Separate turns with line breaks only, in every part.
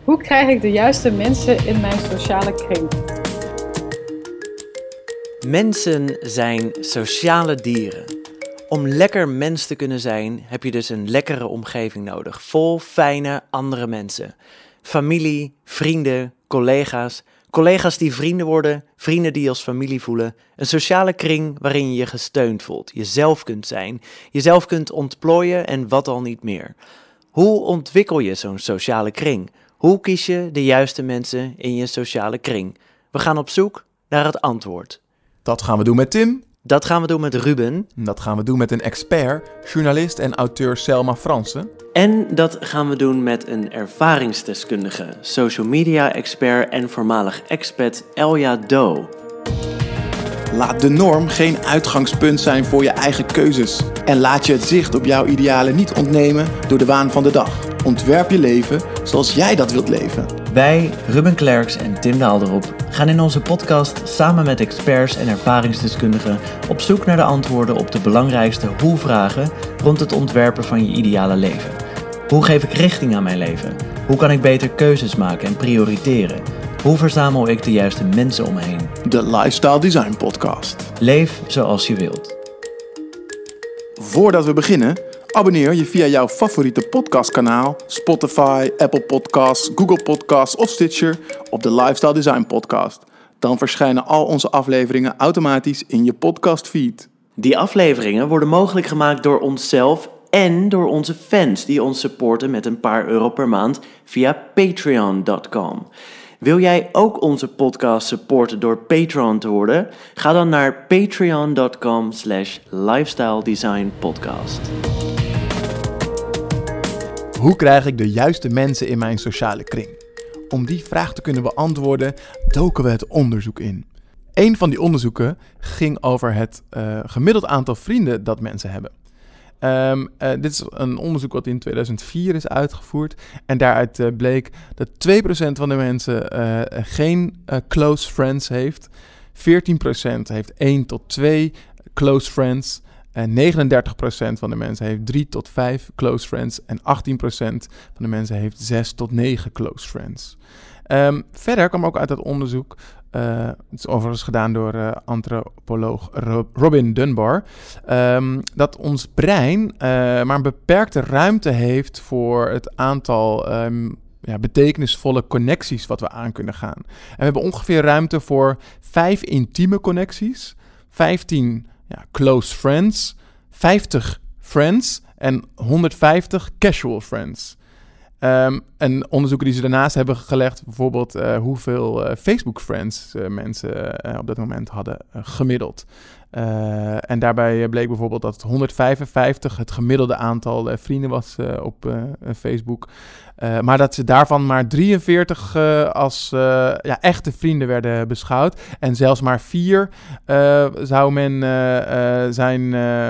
Hoe krijg ik de juiste mensen in mijn sociale kring?
Mensen zijn sociale dieren. Om lekker mens te kunnen zijn, heb je dus een lekkere omgeving nodig. Vol fijne andere mensen. Familie, vrienden, collega's. Collega's die vrienden worden, vrienden die als familie voelen. Een sociale kring waarin je je gesteund voelt. Jezelf kunt zijn, jezelf kunt ontplooien en wat al niet meer. Hoe ontwikkel je zo'n sociale kring? Hoe kies je de juiste mensen in je sociale kring? We gaan op zoek naar het antwoord.
Dat gaan we doen met Tim.
Dat gaan we doen met Ruben.
Dat gaan we doen met een expert, journalist en auteur Selma Fransen.
En dat gaan we doen met een ervaringsdeskundige, social media expert en voormalig expat Elja Do.
Laat de norm geen uitgangspunt zijn voor je eigen keuzes. En laat je het zicht op jouw idealen niet ontnemen door de waan van de dag. Ontwerp je leven zoals jij dat wilt leven.
Wij, Ruben Klerks en Tim Daalderop, gaan in onze podcast samen met experts en ervaringsdeskundigen op zoek naar de antwoorden op de belangrijkste hoe-vragen rond het ontwerpen van je ideale leven. Hoe geef ik richting aan mijn leven? Hoe kan ik beter keuzes maken en prioriteren? Hoe verzamel ik de juiste mensen om me heen?
De Lifestyle Design Podcast.
Leef zoals je wilt.
Voordat we beginnen, abonneer je via jouw favoriete podcastkanaal, Spotify, Apple Podcasts, Google Podcasts of Stitcher op de Lifestyle Design Podcast. Dan verschijnen al onze afleveringen automatisch in je podcastfeed.
Die afleveringen worden mogelijk gemaakt door onszelf en door onze fans die ons supporten met een paar euro per maand via patreon.com. Wil jij ook onze podcast supporten door Patreon te worden? Ga dan naar patreon.com/lifestyledesignpodcast.
Hoe krijg ik de juiste mensen in mijn sociale kring? Om die vraag te kunnen beantwoorden, doken we het onderzoek in. Een van die onderzoeken ging over het gemiddeld aantal vrienden dat mensen hebben. Dit is een onderzoek wat in 2004 is uitgevoerd. En daaruit bleek dat 2% van de mensen geen close friends heeft. 14% heeft 1 tot 2 close friends. En 39% van de mensen heeft 3 tot 5 close friends. En 18% van de mensen heeft 6 tot 9 close friends. Verder kwam ook uit dat onderzoek, het is overigens gedaan door antropoloog Robin Dunbar, dat ons brein maar een beperkte ruimte heeft voor het aantal betekenisvolle connecties wat we aan kunnen gaan. En we hebben ongeveer ruimte voor 5 intieme connecties, 15 close friends, 50 friends en 150 casual friends. En onderzoeken die ze daarnaast hebben gelegd, bijvoorbeeld hoeveel Facebook-friends mensen op dat moment hadden gemiddeld. En daarbij bleek bijvoorbeeld dat 155 het gemiddelde aantal vrienden was op Facebook. Maar dat ze daarvan maar 43 als echte vrienden werden beschouwd. En zelfs maar 4 zou men zijn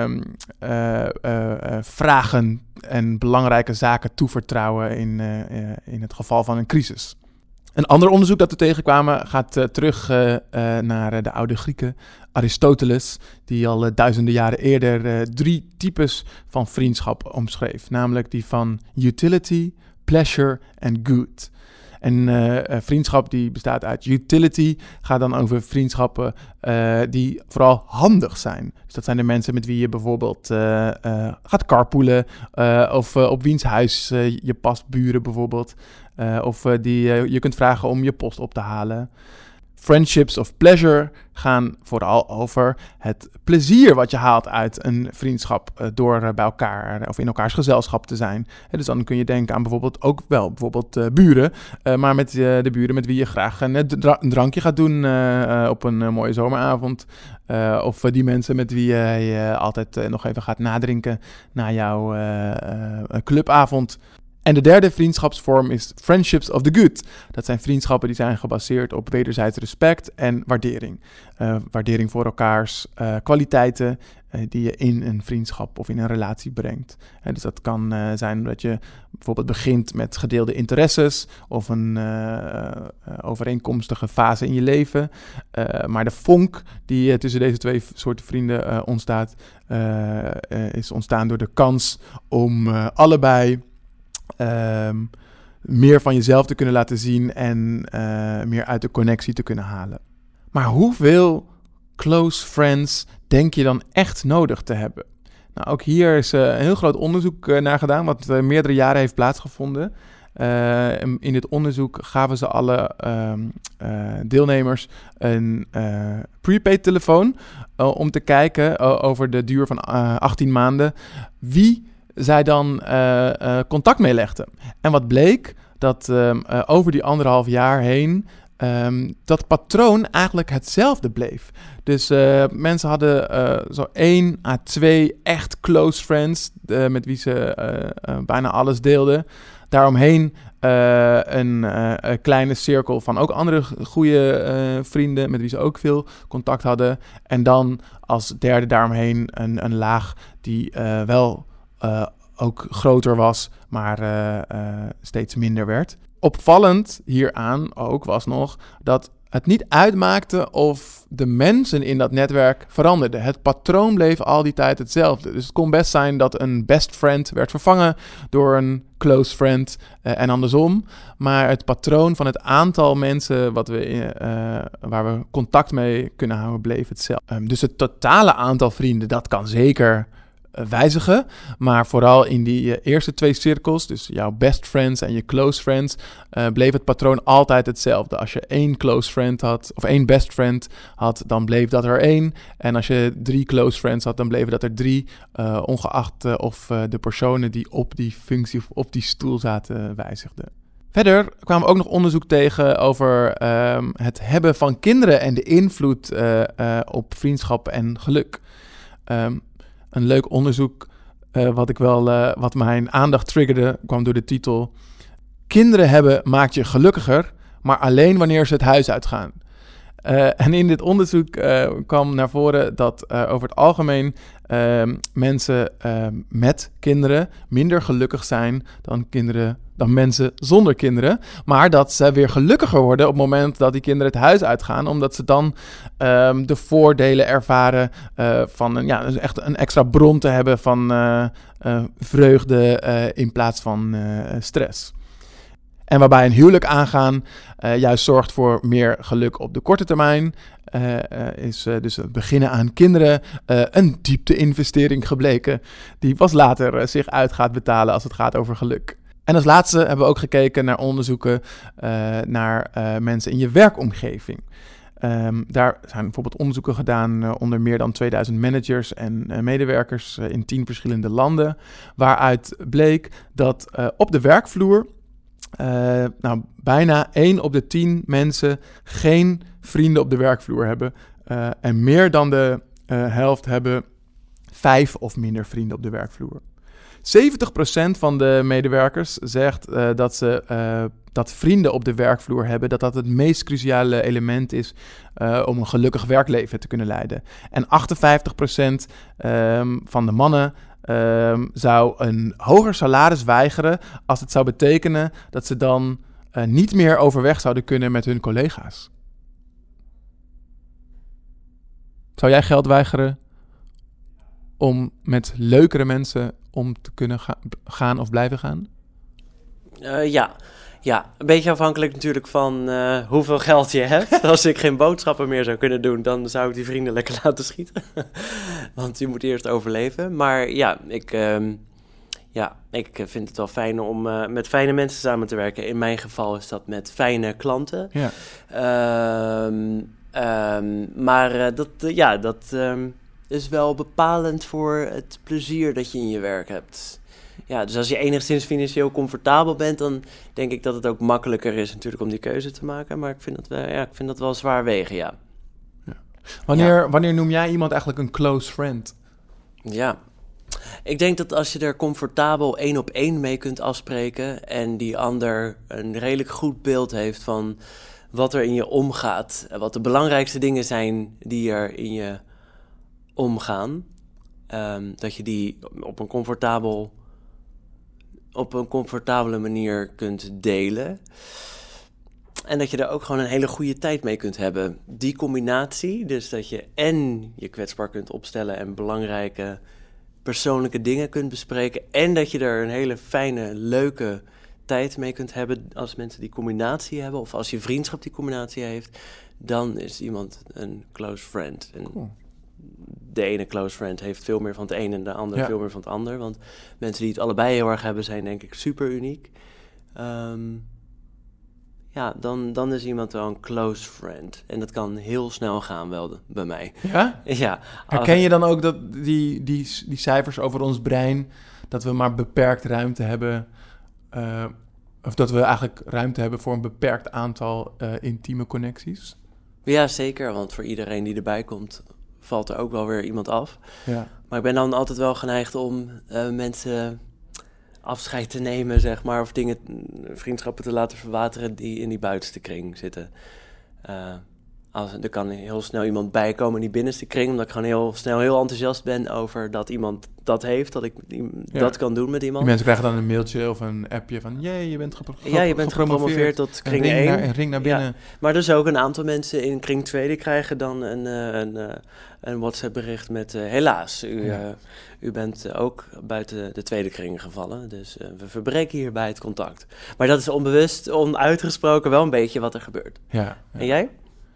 vragen en belangrijke zaken toevertrouwen in het geval van een crisis. Een ander onderzoek dat we tegenkwamen gaat terug naar de oude Grieken, Aristoteles, die al duizenden jaren eerder 3 types van vriendschap omschreef. Namelijk die van utility, pleasure en good. En vriendschap die bestaat uit utility, gaat dan over vriendschappen die vooral handig zijn. Dus dat zijn de mensen met wie je bijvoorbeeld gaat carpoolen, of op wiens huis je past, buren bijvoorbeeld. Of die je kunt vragen om je post op te halen. Friendships of pleasure gaan vooral over het plezier wat je haalt uit een vriendschap door bij elkaar of in elkaars gezelschap te zijn. Dus dan kun je denken aan bijvoorbeeld buren, maar met de buren met wie je graag een drankje gaat doen op een mooie zomeravond. Of die mensen met wie je altijd nog even gaat nadrinken na jouw clubavond. En de derde vriendschapsvorm is friendships of the good. Dat zijn vriendschappen die zijn gebaseerd op wederzijds respect en waardering. Waardering voor elkaars kwaliteiten die je in een vriendschap of in een relatie brengt. Dus dat kan zijn dat je bijvoorbeeld begint met gedeelde interesses of een overeenkomstige fase in je leven. Maar de vonk die tussen deze 2 soorten vrienden ontstaat, is ontstaan door de kans om allebei meer van jezelf te kunnen laten zien en meer uit de connectie te kunnen halen. Maar hoeveel close friends denk je dan echt nodig te hebben? Nou, ook hier is een heel groot onderzoek naar gedaan, wat meerdere jaren heeft plaatsgevonden. In dit onderzoek gaven ze alle deelnemers een prepaid telefoon om te kijken over de duur van 18 maanden wie zij dan contact mee legden. En wat bleek, dat over die 1,5 jaar heen dat patroon eigenlijk hetzelfde bleef. Dus mensen hadden zo 1 à 2 echt close friends met wie ze bijna alles deelden. Daaromheen een kleine cirkel van ook andere goede vrienden met wie ze ook veel contact hadden. En dan als derde daaromheen een laag die wel ook groter was, maar steeds minder werd. Opvallend hieraan ook was nog dat het niet uitmaakte of de mensen in dat netwerk veranderden. Het patroon bleef al die tijd hetzelfde. Dus het kon best zijn dat een best friend werd vervangen door een close friend en andersom. Maar het patroon van het aantal mensen waar we contact mee kunnen houden bleef hetzelfde. Dus het totale aantal vrienden, dat kan zeker wijzigen, maar vooral in die eerste 2 cirkels, dus jouw best friends en je close friends, bleef het patroon altijd hetzelfde. Als je 1 close friend had, of 1 best friend had, dan bleef dat er 1. En als je 3 close friends had, dan bleven dat er 3, ongeacht of de personen die op die functie of op die stoel zaten wijzigden. Verder kwamen we ook nog onderzoek tegen over het hebben van kinderen en de invloed op vriendschap en geluk. Een leuk onderzoek wat mijn aandacht triggerde, kwam door de titel: Kinderen hebben maakt je gelukkiger, maar alleen wanneer ze het huis uitgaan. En in dit onderzoek kwam naar voren dat over het algemeen mensen met kinderen minder gelukkig zijn dan mensen zonder kinderen. Maar dat ze weer gelukkiger worden op het moment dat die kinderen het huis uitgaan. Omdat ze dan de voordelen ervaren van dus echt een extra bron te hebben van vreugde in plaats van stress. En waarbij een huwelijk aangaan juist zorgt voor meer geluk op de korte termijn. Is dus het beginnen aan kinderen een diepte-investering gebleken. Die pas later zich uit gaat betalen als het gaat over geluk. En als laatste hebben we ook gekeken naar onderzoeken naar mensen in je werkomgeving. Daar zijn bijvoorbeeld onderzoeken gedaan onder meer dan 2000 managers en medewerkers in 10 verschillende landen. Waaruit bleek dat op de werkvloer bijna 1 op de 10 mensen geen vrienden op de werkvloer hebben. En meer dan de helft hebben 5 of minder vrienden op de werkvloer. 70% van de medewerkers zegt dat vrienden op de werkvloer hebben, dat het meest cruciale element is om een gelukkig werkleven te kunnen leiden. En 58% van de mannen zou een hoger salaris weigeren als het zou betekenen dat ze dan niet meer overweg zouden kunnen met hun collega's. Zou jij geld weigeren om met leukere mensen om te kunnen gaan of blijven gaan?
Ja, een beetje afhankelijk natuurlijk van hoeveel geld je hebt. Als ik geen boodschappen meer zou kunnen doen, dan zou ik die vrienden lekker laten schieten. Want je moet eerst overleven. Maar ja, ik vind het wel fijn om met fijne mensen samen te werken. In mijn geval is dat met fijne klanten. Ja. Dat is wel bepalend voor het plezier dat je in je werk hebt. Ja, dus als je enigszins financieel comfortabel bent, dan denk ik dat het ook makkelijker is natuurlijk om die keuze te maken. Maar ik vind dat wel zwaar wegen, ja.
Wanneer noem jij iemand eigenlijk een close friend?
Ja, ik denk dat als je er comfortabel 1-op-1 mee kunt afspreken en die ander een redelijk goed beeld heeft van wat er in je omgaat, wat de belangrijkste dingen zijn die er in je omgaan, dat je die op een comfortabele manier kunt delen. En dat je daar ook gewoon een hele goede tijd mee kunt hebben. Die combinatie, dus dat je en je kwetsbaar kunt opstellen en belangrijke persoonlijke dingen kunt bespreken, en dat je er een hele fijne, leuke tijd mee kunt hebben als mensen die combinatie hebben, of als je vriendschap die combinatie heeft, dan is iemand een close friend. En de ene close friend heeft veel meer van het een en de ander veel meer van het ander. Want mensen die het allebei heel erg hebben, zijn denk ik super uniek. Dan is iemand wel een close friend. En dat kan heel snel gaan wel bij mij.
Ja?
Ja.
Herken je dan ook dat die cijfers over ons brein, dat we maar beperkt ruimte hebben, of dat we eigenlijk ruimte hebben voor een beperkt aantal intieme connecties?
Ja, zeker. Want voor iedereen die erbij komt, valt er ook wel weer iemand af.
Ja.
Maar ik ben dan altijd wel geneigd om mensen afscheid te nemen, zeg maar, of vriendschappen te laten verwateren die in die buitenste kring zitten. Er kan heel snel iemand bijkomen in die binnenste kring, omdat ik gewoon heel snel heel enthousiast ben over dat iemand dat heeft, dat ik dat kan doen met iemand.
Die mensen krijgen dan een mailtje of een appje van, je bent
gepromoveerd tot kring 1.
Een ring naar binnen.
Ja. Maar dus ook een aantal mensen in kring 2, die krijgen dan een WhatsApp-bericht met, helaas, u bent ook buiten de tweede kring gevallen, dus we verbreken hierbij het contact. Maar dat is onbewust, onuitgesproken wel een beetje wat er gebeurt.
Ja.
En jij?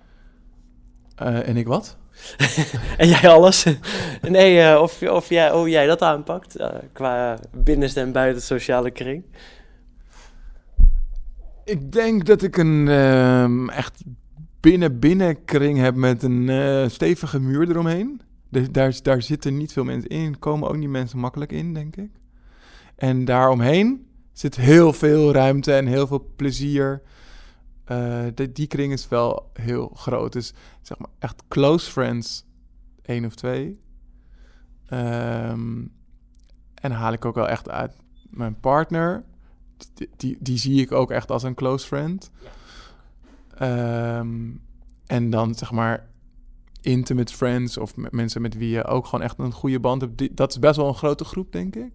En ik wat?
En jij alles? Nee, of jij dat aanpakt qua binnenste en buiten sociale kring?
Ik denk dat ik een echt binnenkring heb met een stevige muur eromheen. Daar zitten niet veel mensen in, komen ook niet mensen makkelijk in, denk ik. En daaromheen zit heel veel ruimte en heel veel plezier. Die kring is wel heel groot. Dus zeg maar echt close friends, 1 of 2. En haal ik ook wel echt uit mijn partner. Die zie ik ook echt als een close friend. En dan zeg maar intimate friends of mensen met wie je ook gewoon echt een goede band hebt. Dat is best wel een grote groep, denk ik.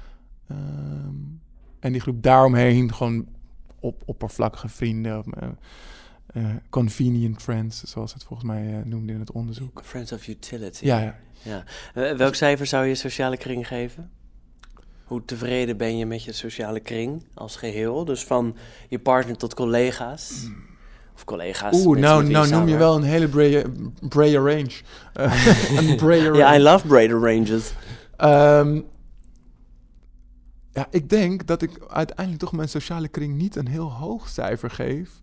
En die groep daaromheen gewoon oppervlakkige vrienden, convenient friends, zoals het volgens mij noemde in het onderzoek.
Friends of utility.
Ja.
Welk cijfer zou je sociale kring geven? Hoe tevreden ben je met je sociale kring als geheel? Dus van je partner tot collega's? Of collega's?
Nou noem je wel een hele brede range. Een brede range.
Ja, I love brede ranges.
Ja, ik denk dat ik uiteindelijk toch mijn sociale kring niet een heel hoog cijfer geef.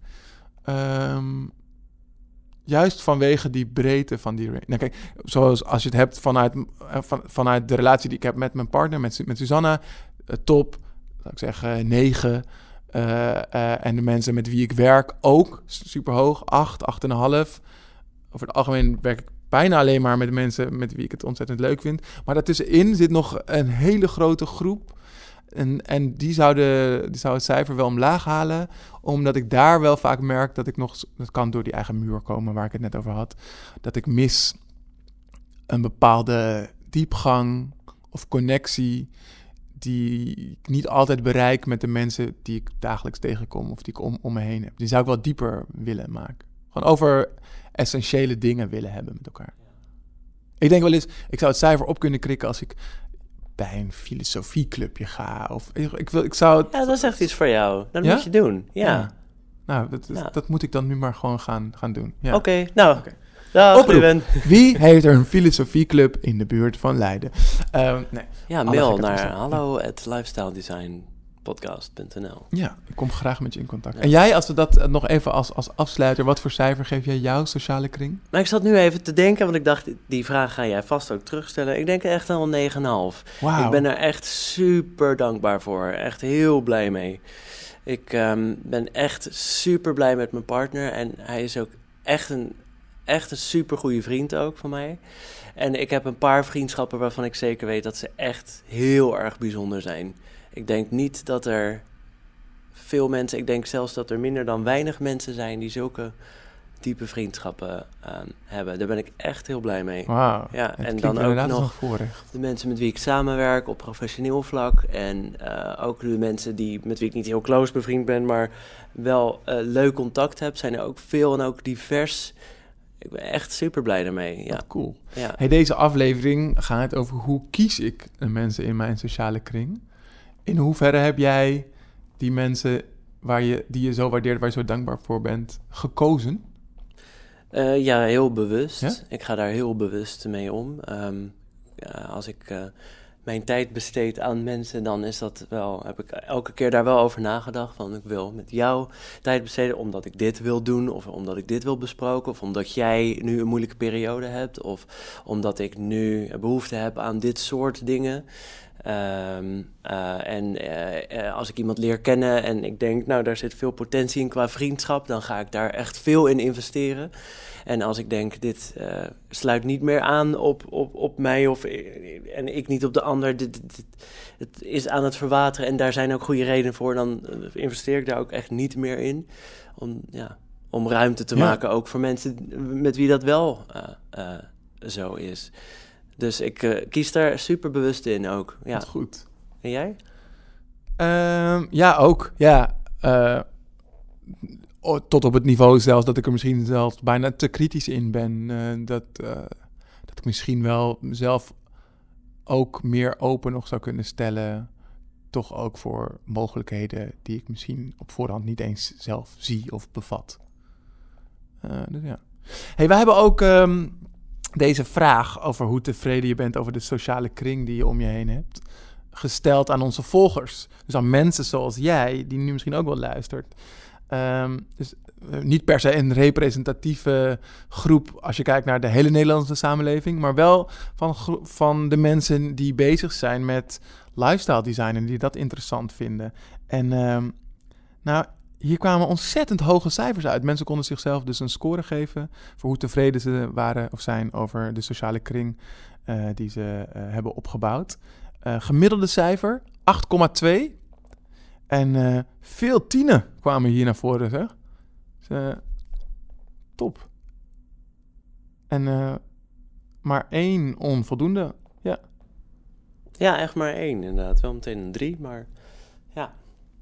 Juist vanwege die breedte van die range. Nou kijk, zoals als je het hebt vanuit de relatie die ik heb met mijn partner, met Susanna, top, zou ik zeggen 9. En de mensen met wie ik werk ook super hoog, 8, 8,5. Over het algemeen werk ik bijna alleen maar met mensen met wie ik het ontzettend leuk vind. Maar daartussenin zit nog een hele grote groep. En die zou het cijfer wel omlaag halen, omdat ik daar wel vaak merk dat ik nog, dat kan door die eigen muur komen waar ik het net over had, dat ik mis een bepaalde diepgang of connectie die ik niet altijd bereik met de mensen die ik dagelijks tegenkom of die ik om me heen heb. Die zou ik wel dieper willen maken. Gewoon over essentiële dingen willen hebben met elkaar. Ik denk wel eens, ik zou het cijfer op kunnen krikken als ik bij een filosofieclubje ga. Of ik zou het...
Ja, dat is echt iets voor jou. Dat moet je doen. Ja.
Nou, dat moet ik dan nu maar gewoon gaan doen. Ja.
Oké. Dag, Ruben.
Wie heeft er een filosofieclub in de buurt van Leiden? Nee.
Ja, mail naar hallo@lifestyledesignpodcast.nl.
Ja, ik kom graag met je in contact. Ja. En jij, als we dat nog even als afsluiter, wat voor cijfer geef jij jouw sociale kring?
Nou, ik zat nu even te denken, want ik dacht, die vraag ga jij vast ook terugstellen. Ik denk echt wel 9,5.
Wow.
Ik ben er echt super dankbaar voor. Echt heel blij mee. Ik ben echt super blij met mijn partner. En hij is ook echt een super goede vriend ook van mij. En ik heb een paar vriendschappen waarvan ik zeker weet dat ze echt heel erg bijzonder zijn. Ik denk niet dat er veel mensen... Ik denk zelfs dat er minder dan weinig mensen zijn die zulke diepe vriendschappen hebben. Daar ben ik echt heel blij mee.
Wauw.
Ja, en dan ook nog de mensen met wie ik samenwerk op professioneel vlak. En ook de mensen met wie ik niet heel close bevriend ben, maar wel leuk contact heb, zijn er ook veel en ook divers. Ik ben echt super blij daarmee. Ja.
Cool.
Ja.
Hey, deze aflevering gaat over hoe kies ik de mensen in mijn sociale kring. In hoeverre heb jij die mensen die je zo waardeert, waar je zo dankbaar voor bent, gekozen?
Ja, heel bewust.
Ja?
Ik ga daar heel bewust mee om. Als ik mijn tijd besteed aan mensen, dan heb ik elke keer daar wel over nagedacht. Van ik wil met jou tijd besteden omdat ik dit wil doen, of omdat ik dit wil besproken, of omdat jij nu een moeilijke periode hebt, of omdat ik nu behoefte heb aan dit soort dingen. Als ik iemand leer kennen en ik denk, nou, daar zit veel potentie in qua vriendschap, dan ga ik daar echt veel in investeren. En als ik denk, dit sluit niet meer aan op mij en ik niet op de ander, het is aan het verwateren en daar zijn ook goede redenen voor, dan investeer ik daar ook echt niet meer in. Om ruimte te maken, ook voor mensen met wie dat wel zo is. Dus ik kies daar super bewust in ook. Ja.
Dat goed.
En jij?
Ja, ook. Ja. Tot op het niveau zelfs dat ik er misschien zelfs bijna te kritisch in ben. Dat ik misschien wel mezelf ook meer open nog zou kunnen stellen. Toch ook voor mogelijkheden die ik misschien op voorhand niet eens zelf zie of bevat. Dus ja. Hey, we hebben ook deze vraag over hoe tevreden je bent over de sociale kring die je om je heen hebt, gesteld aan onze volgers. Dus aan mensen zoals jij, die nu misschien ook wel luistert. Dus niet per se een representatieve groep als je kijkt naar de hele Nederlandse samenleving, maar wel van de mensen die bezig zijn met lifestyle design en die dat interessant vinden. En hier kwamen ontzettend hoge cijfers uit. Mensen konden zichzelf dus een score geven voor hoe tevreden ze waren of zijn over de sociale kring die ze hebben opgebouwd. Gemiddelde cijfer 8,2. En veel tienen kwamen hier naar voren, zeg. Dus, top. En maar 1 onvoldoende, ja.
Ja, echt maar 1 inderdaad. Wel meteen een 3, maar ja.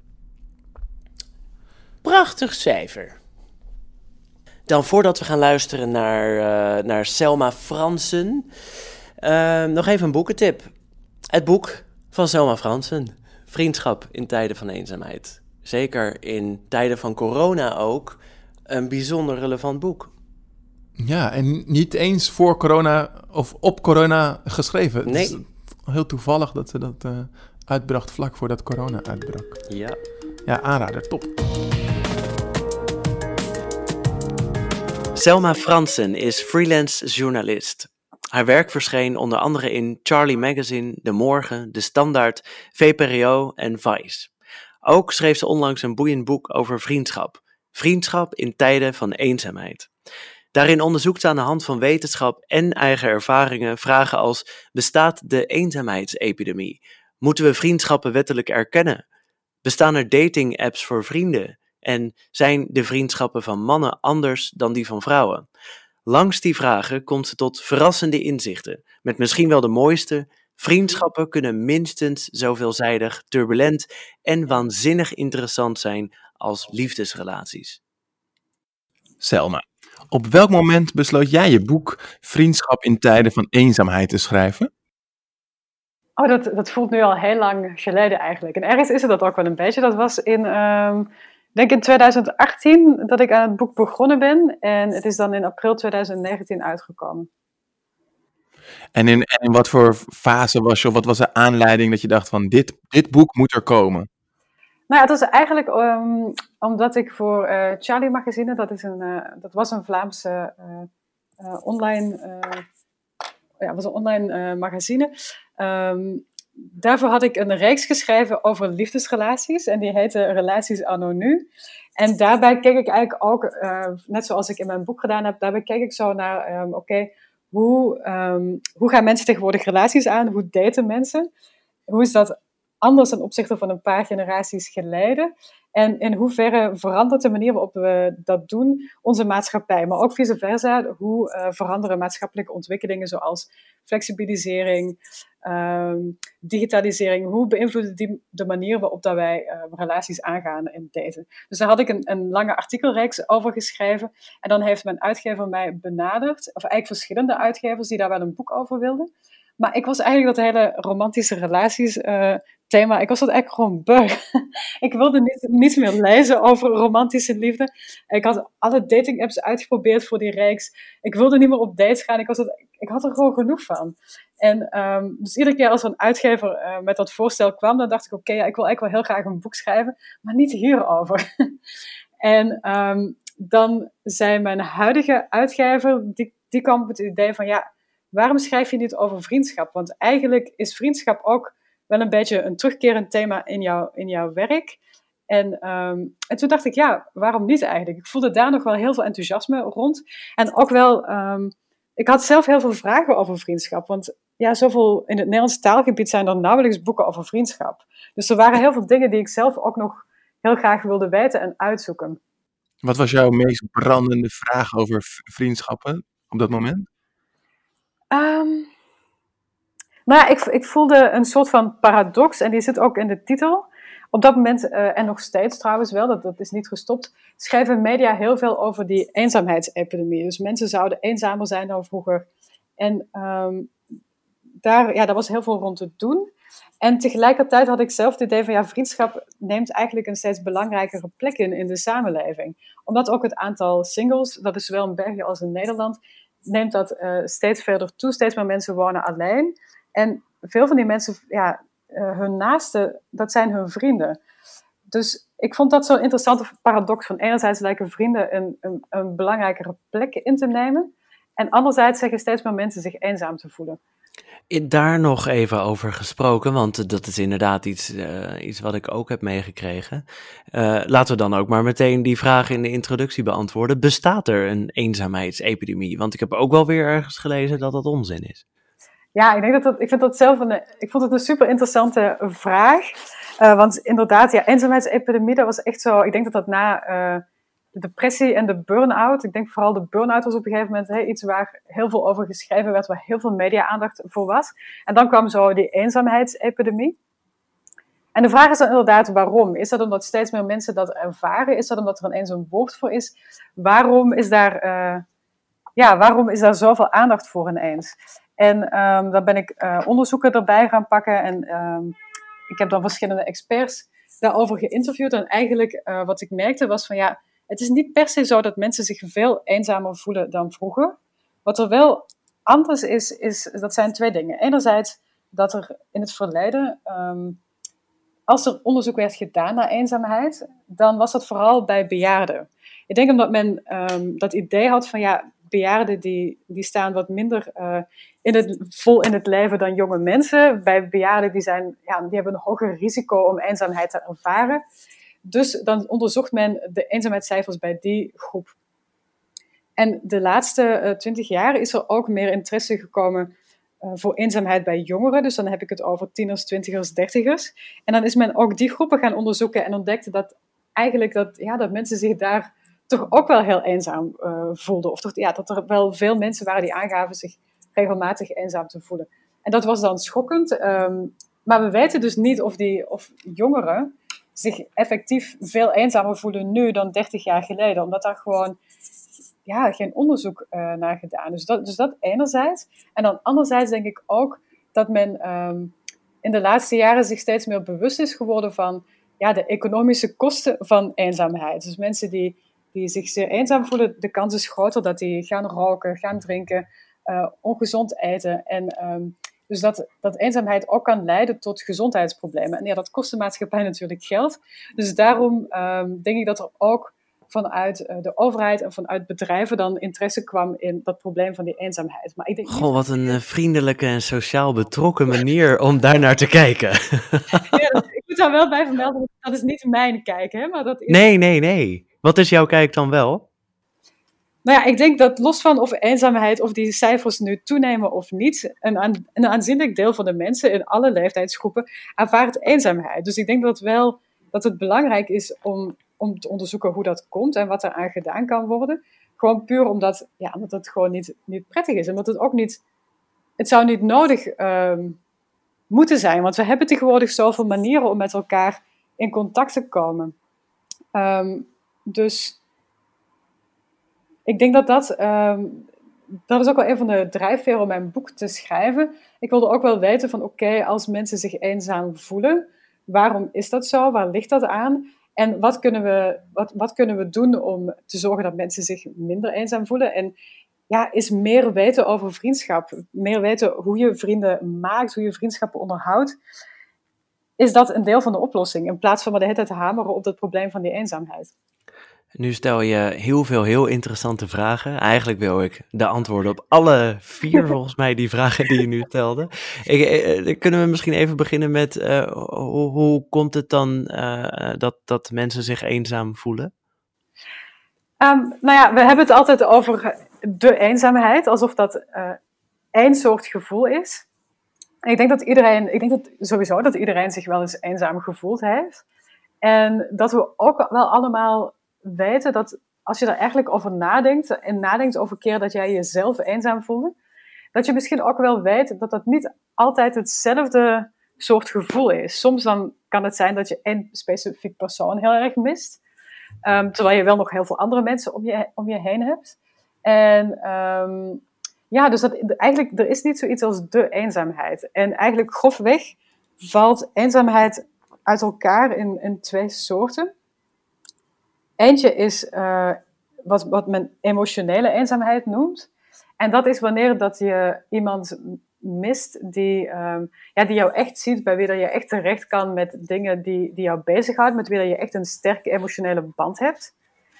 Prachtig cijfer. Dan voordat we gaan luisteren naar Selma Fransen, nog even een boekentip. Het boek van Selma Fransen, Vriendschap in tijden van eenzaamheid. Zeker in tijden van corona ook een bijzonder relevant boek.
Ja, en niet eens voor corona of op corona geschreven.
Nee.
Het is heel toevallig dat ze dat uitbracht vlak voordat corona uitbrak.
Ja.
Ja, aanrader, top.
Selma Fransen is freelance journalist. Haar werk verscheen onder andere in Charlie Magazine, De Morgen, De Standaard, VPRO en Vice. Ook schreef ze onlangs een boeiend boek over vriendschap. Vriendschap in tijden van eenzaamheid. Daarin onderzoekt ze aan de hand van wetenschap en eigen ervaringen vragen als: bestaat de eenzaamheidsepidemie? Moeten we vriendschappen wettelijk erkennen? Bestaan er dating-apps voor vrienden? En zijn de vriendschappen van mannen anders dan die van vrouwen? Langs die vragen komt ze tot verrassende inzichten, met misschien wel de mooiste: vriendschappen kunnen minstens zo veelzijdig, turbulent en waanzinnig interessant zijn als liefdesrelaties.
Selma, op welk moment besloot jij je boek Vriendschap in tijden van eenzaamheid te schrijven?
Oh, dat voelt nu al heel lang geleden eigenlijk. En ergens is het dat ook wel een beetje. Dat was denk in 2018 dat ik aan het boek begonnen ben. En het is dan in april 2019 uitgekomen.
En in wat voor fase was je, of wat was de aanleiding dat je dacht van dit boek moet er komen?
Nou ja, het was eigenlijk omdat ik voor Charlie Magazine, dat was een Vlaamse online magazine. Daarvoor had ik een reeks geschreven over liefdesrelaties en die heette Relaties Anno Nu. En daarbij keek ik eigenlijk ook, net zoals ik in mijn boek gedaan heb, daarbij keek ik zo naar, hoe gaan mensen tegenwoordig relaties aan? Hoe daten mensen? Hoe is dat anders ten opzichte van een paar generaties geleden? En in hoeverre verandert de manier waarop we dat doen onze maatschappij? Maar ook vice versa, hoe veranderen maatschappelijke ontwikkelingen zoals flexibilisering, digitalisering, hoe beïnvloeden die de manier waarop dat wij relaties aangaan en daten? Dus daar had ik een lange artikelreeks over geschreven. En dan heeft mijn uitgever mij benaderd, of eigenlijk verschillende uitgevers die daar wel een boek over wilden. Maar ik was eigenlijk dat hele romantische relaties thema, ik was dat eigenlijk gewoon beu. Ik wilde niets meer lezen over romantische liefde. Ik had alle dating apps uitgeprobeerd voor die reeks. Ik wilde niet meer op dates gaan. Ik had er gewoon genoeg van. En dus iedere keer als er een uitgever met dat voorstel kwam, dan dacht ik, oké, ja, ik wil eigenlijk wel heel graag een boek schrijven, maar niet hierover. En dan zei mijn huidige uitgever, die kwam op het idee van, ja, waarom schrijf je niet over vriendschap? Want eigenlijk is vriendschap ook wel een beetje een terugkerend thema in jouw werk. En toen dacht ik, ja, waarom niet eigenlijk? Ik voelde daar nog wel heel veel enthousiasme rond. En ook wel, ik had zelf heel veel vragen over vriendschap. Want ja, zoveel in het Nederlands taalgebied zijn er nauwelijks boeken over vriendschap. Dus er waren heel veel dingen die ik zelf ook nog heel graag wilde weten en uitzoeken.
Wat was jouw meest brandende vraag over vriendschappen op dat moment?
Nou ja, ik voelde een soort van paradox, en die zit ook in de titel. Op dat moment, en nog steeds trouwens wel, dat is niet gestopt, schrijven media heel veel over die eenzaamheidsepidemie. Dus mensen zouden eenzamer zijn dan vroeger. En daar was heel veel rond te doen. En tegelijkertijd had ik zelf het idee van, ja, vriendschap neemt eigenlijk een steeds belangrijkere plek in de samenleving. Omdat ook het aantal singles, dat is zowel in België als in Nederland, neemt dat steeds verder toe. Steeds meer mensen wonen alleen. En veel van die mensen, ja, hun naasten, dat zijn hun vrienden. Dus ik vond dat zo'n interessante paradox. Van enerzijds lijken vrienden een belangrijkere plek in te nemen. En anderzijds zeggen steeds meer mensen zich eenzaam te voelen.
Daar nog even over gesproken, want dat is inderdaad iets wat ik ook heb meegekregen. Laten we dan ook maar meteen die vraag in de introductie beantwoorden. Bestaat er een eenzaamheidsepidemie? Want ik heb ook wel weer ergens gelezen dat dat onzin is.
Ja, ik vind dat zelf ik vond het een super interessante vraag. Want inderdaad, ja, eenzaamheidsepidemie, dat was echt zo. Ik denk dat na de depressie en de burn-out, ik denk vooral de burn-out was op een gegeven moment iets waar heel veel over geschreven werd, waar heel veel media-aandacht voor was. En dan kwam zo die eenzaamheidsepidemie. En de vraag is dan inderdaad waarom? Is dat omdat steeds meer mensen dat ervaren? Is dat omdat er ineens een woord voor is? Waarom is daar zoveel aandacht voor ineens? En dan ben ik onderzoeken erbij gaan pakken. En ik heb dan verschillende experts daarover geïnterviewd. En eigenlijk wat ik merkte was van, ja, het is niet per se zo dat mensen zich veel eenzamer voelen dan vroeger. Wat er wel anders is dat zijn twee dingen. Enerzijds dat er in het verleden, als er onderzoek werd gedaan naar eenzaamheid, dan was dat vooral bij bejaarden. Ik denk omdat men dat idee had van, ja, bejaarden die staan wat minder vol in het leven dan jonge mensen. Bij bejaarden die hebben een hoger risico om eenzaamheid te ervaren. Dus dan onderzocht men de eenzaamheidscijfers bij die groep. En de laatste 20 jaar is er ook meer interesse gekomen voor eenzaamheid bij jongeren. Dus dan heb ik het over tieners, twintigers, dertigers. En dan is men ook die groepen gaan onderzoeken en ontdekte dat eigenlijk dat mensen zich daar toch ook wel heel eenzaam voelden. Of toch, ja, dat er wel veel mensen waren die aangaven zich regelmatig eenzaam te voelen. En dat was dan schokkend. Maar we weten dus niet of jongeren zich effectief veel eenzamer voelen nu dan 30 jaar geleden. Omdat daar gewoon geen onderzoek naar gedaan is. Dus dat enerzijds. En dan anderzijds denk ik ook dat men in de laatste jaren zich steeds meer bewust is geworden van de economische kosten van eenzaamheid. Dus mensen die zich zeer eenzaam voelen, de kans is groter dat die gaan roken, gaan drinken, ongezond eten. En dus dat eenzaamheid ook kan leiden tot gezondheidsproblemen. En ja, dat kost de maatschappij natuurlijk geld. Dus daarom denk ik dat er ook vanuit de overheid en vanuit bedrijven dan interesse kwam in dat probleem van die eenzaamheid. Maar ik denk
wat een vriendelijke en sociaal betrokken manier om daar naar te kijken.
Ja, ik moet daar wel bij vermelden, dat is niet mijn kijk, hè? Maar dat is...
Nee. Wat is jouw kijk dan wel?
Nou ja, ik denk dat los van of eenzaamheid of die cijfers nu toenemen of niet, een aanzienlijk deel van de mensen in alle leeftijdsgroepen ervaart eenzaamheid. Dus ik denk dat het belangrijk is om te onderzoeken hoe dat komt en wat er aan gedaan kan worden. Gewoon puur omdat het gewoon niet prettig is. En omdat het zou niet nodig moeten zijn. Want we hebben tegenwoordig zoveel manieren om met elkaar in contact te komen. Dus ik denk dat dat is ook wel een van de drijfveren om mijn boek te schrijven. Ik wilde ook wel weten van oké, als mensen zich eenzaam voelen, waarom is dat zo? Waar ligt dat aan? En wat kunnen we doen om te zorgen dat mensen zich minder eenzaam voelen? En ja, is meer weten over vriendschap. Meer weten hoe je vrienden maakt, hoe je vriendschappen onderhoudt. Is dat een deel van de oplossing? In plaats van maar de hele tijd te hameren op dat probleem van die eenzaamheid.
Nu stel je heel veel heel interessante vragen. Eigenlijk wil ik de antwoorden op alle 4 volgens mij die vragen die je nu stelde. Kunnen we misschien even beginnen met hoe komt het dan dat mensen zich eenzaam voelen?
Nou ja, we hebben het altijd over de eenzaamheid, alsof dat één soort gevoel is. En ik denk dat sowieso dat iedereen zich wel eens eenzaam gevoeld heeft. En dat we ook wel allemaal weten dat als je er eigenlijk over nadenkt en nadenkt over keer dat jij jezelf eenzaam voelde, dat je misschien ook wel weet dat dat niet altijd hetzelfde soort gevoel is. Soms dan kan het zijn dat je één specifiek persoon heel erg mist, terwijl je wel nog heel veel andere mensen om je heen hebt. En ja, dus eigenlijk, er is niet zoiets als de eenzaamheid. En eigenlijk grofweg valt eenzaamheid uit elkaar in 2 soorten. Eentje is wat men emotionele eenzaamheid noemt. En dat is wanneer dat je iemand mist die jou echt ziet, bij wie dat je echt terecht kan met dingen die jou bezighouden, met wie dat je echt een sterke emotionele band hebt.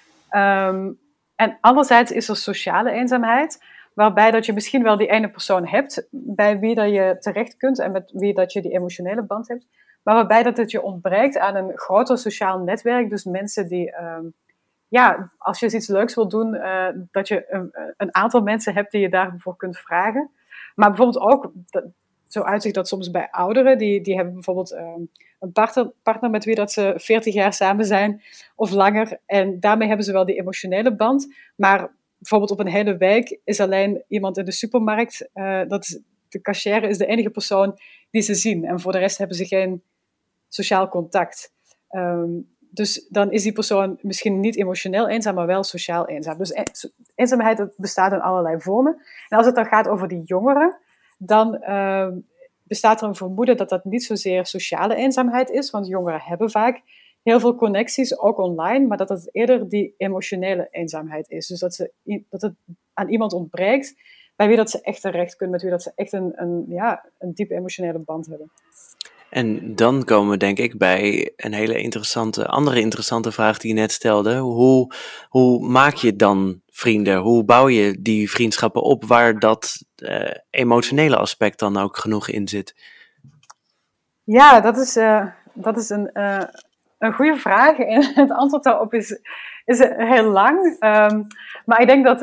En anderzijds is er sociale eenzaamheid, waarbij dat je misschien wel die ene persoon hebt bij wie dat je terecht kunt en met wie dat je die emotionele band hebt, maar waarbij dat het je ontbreekt aan een groter sociaal netwerk. Dus mensen die, als je iets leuks wil doen, dat je een aantal mensen hebt die je daarvoor kunt vragen. Maar bijvoorbeeld ook, zo uitzicht dat soms bij ouderen, die hebben bijvoorbeeld een partner met wie dat ze 40 jaar samen zijn of langer. En daarmee hebben ze wel die emotionele band. Maar bijvoorbeeld op een hele week is alleen iemand in de supermarkt, de cashier is de enige persoon die ze zien. En voor de rest hebben ze geen sociaal contact. Dus dan is die persoon misschien niet emotioneel eenzaam, maar wel sociaal eenzaam. Dus eenzaamheid bestaat in allerlei vormen. En als het dan gaat over die jongeren, dan bestaat er een vermoeden dat dat niet zozeer sociale eenzaamheid is, want jongeren hebben vaak heel veel connecties, ook online, maar dat het eerder die emotionele eenzaamheid is. Dus dat het aan iemand ontbreekt bij wie dat ze echt terecht kunnen, met wie dat ze echt een diepe emotionele band hebben.
En dan komen we denk ik bij een hele andere interessante vraag die je net stelde. Hoe maak je dan vrienden? Hoe bouw je die vriendschappen op waar dat emotionele aspect dan ook genoeg in zit? Ja,
dat is een goede vraag. En het antwoord daarop is heel lang. Maar ik denk dat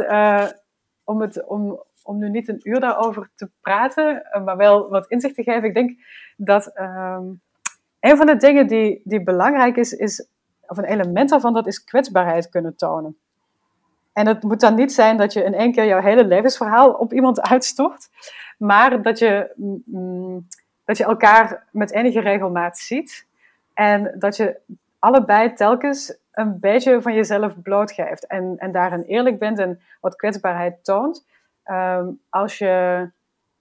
om nu niet een uur daarover te praten, maar wel wat inzicht te geven. Ik denk dat een van de dingen die belangrijk is, of een element daarvan, dat is kwetsbaarheid kunnen tonen. En het moet dan niet zijn dat je in één keer jouw hele levensverhaal op iemand uitstort, maar dat je elkaar met enige regelmaat ziet en dat je allebei telkens een beetje van jezelf blootgeeft en daarin eerlijk bent en wat kwetsbaarheid toont. Als je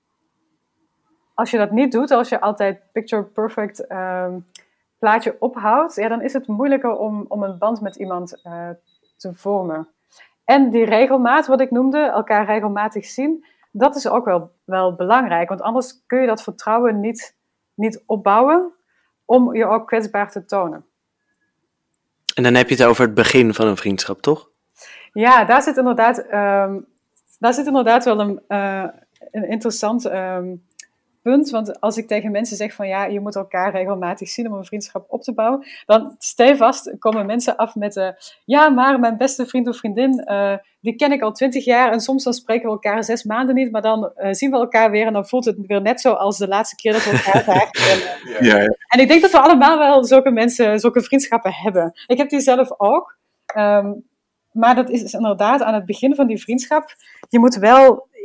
dat niet doet, als je altijd picture perfect plaatje ophoudt, dan is het moeilijker om een band met iemand te vormen. En die regelmaat, wat ik noemde, elkaar regelmatig zien, dat is ook wel belangrijk. Want anders kun je dat vertrouwen niet opbouwen om je ook kwetsbaar te tonen.
En dan heb je het over het begin van een vriendschap, toch?
Ja, daar zit inderdaad wel een interessant punt. Want als ik tegen mensen zeg van ja, je moet elkaar regelmatig zien om een vriendschap op te bouwen, dan stevast komen mensen af met ja, maar mijn beste vriend of vriendin, die ken ik al 20 jaar en soms dan spreken we elkaar 6 maanden niet, maar dan zien we elkaar weer en dan voelt het weer net zo als de laatste keer dat we elkaar zagen. Ja. En ik denk dat we allemaal wel zulke vriendschappen hebben. Ik heb die zelf ook. Maar dat is inderdaad aan het begin van die vriendschap. Je moet wel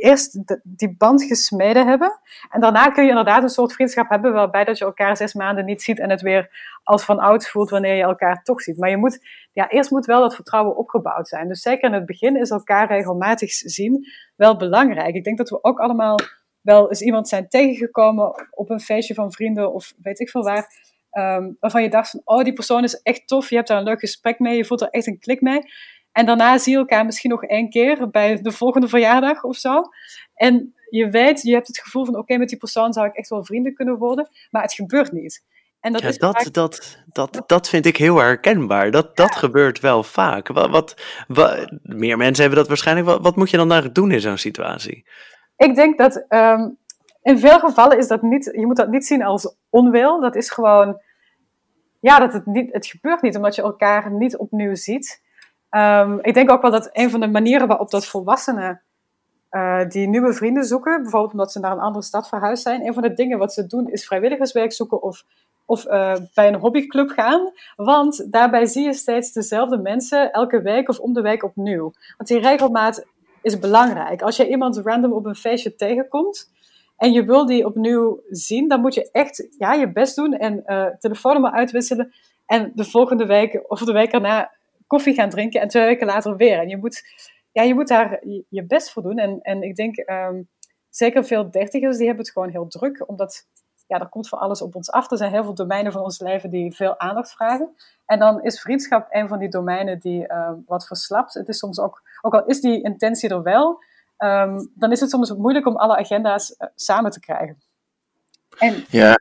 eerst die band gesmeden hebben. En daarna kun je inderdaad een soort vriendschap hebben waarbij dat je elkaar 6 maanden niet ziet en het weer als van oud voelt wanneer je elkaar toch ziet. Maar eerst moet wel dat vertrouwen opgebouwd zijn. Dus zeker in het begin is elkaar regelmatig zien wel belangrijk. Ik denk dat we ook allemaal wel eens iemand zijn tegengekomen op een feestje van vrienden of weet ik veel waar, waarvan je dacht van, oh, die persoon is echt tof, je hebt daar een leuk gesprek mee, je voelt er echt een klik mee. En daarna zie je elkaar misschien nog 1 keer bij de volgende verjaardag of zo. En je hebt het gevoel van, oké, met die persoon zou ik echt wel vrienden kunnen worden, maar het gebeurt niet. En
dat vind ik heel herkenbaar. Dat gebeurt wel vaak. Meer mensen hebben dat waarschijnlijk. Wat moet je dan eigenlijk doen in zo'n situatie?
Ik denk dat in veel gevallen is dat niet, je moet dat niet zien als onwil. Dat is gewoon, ja, het gebeurt niet omdat je elkaar niet opnieuw ziet. Ik denk ook wel dat een van de manieren waarop dat volwassenen die nieuwe vrienden zoeken, bijvoorbeeld omdat ze naar een andere stad verhuisd zijn, een van de dingen wat ze doen is vrijwilligerswerk zoeken of bij een hobbyclub gaan. Want daarbij zie je steeds dezelfde mensen elke week of om de week opnieuw. Want die regelmaat is belangrijk. Als je iemand random op een feestje tegenkomt en je wil die opnieuw zien, dan moet je echt je best doen en telefoonnummer uitwisselen en de volgende week of de week erna koffie gaan drinken en 2 weken later weer. En je moet daar je best voor doen. En ik denk, zeker veel dertigers, die hebben het gewoon heel druk, omdat er komt van alles op ons af. Er zijn heel veel domeinen van ons leven die veel aandacht vragen. En dan is vriendschap een van die domeinen die wat verslapt. Het is soms ook al is die intentie er wel, dan is het soms moeilijk om alle agenda's samen te krijgen.
Ja,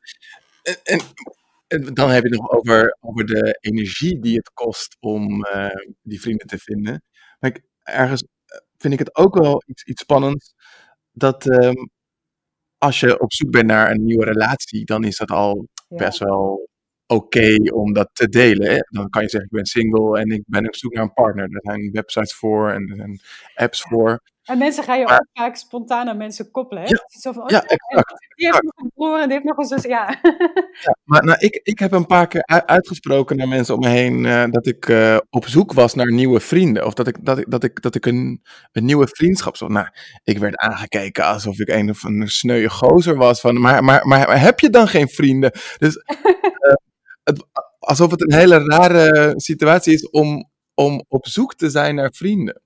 en dan heb je het nog over de energie die het kost om die vrienden te vinden. Maar ergens vind ik het ook wel iets spannends dat als je op zoek bent naar een nieuwe relatie, dan is dat al best wel oké om dat te delen. Hè? Dan kan je zeggen, ik ben single en ik ben op zoek naar een partner. Er zijn websites voor en er zijn apps voor.
En mensen gaan je ook vaak spontaan aan mensen koppelen. Hè? Zo van,
exact.
Die heeft nog een broer en die heeft nog een zus. Ja.
Maar ik heb een paar keer uitgesproken naar mensen om me heen dat ik op zoek was naar nieuwe vrienden. Of dat ik een nieuwe vriendschap zocht. Nou, ik werd aangekeken alsof ik een sneuwe gozer was. Maar heb je dan geen vrienden? Dus alsof het een hele rare situatie is om op zoek te zijn naar vrienden.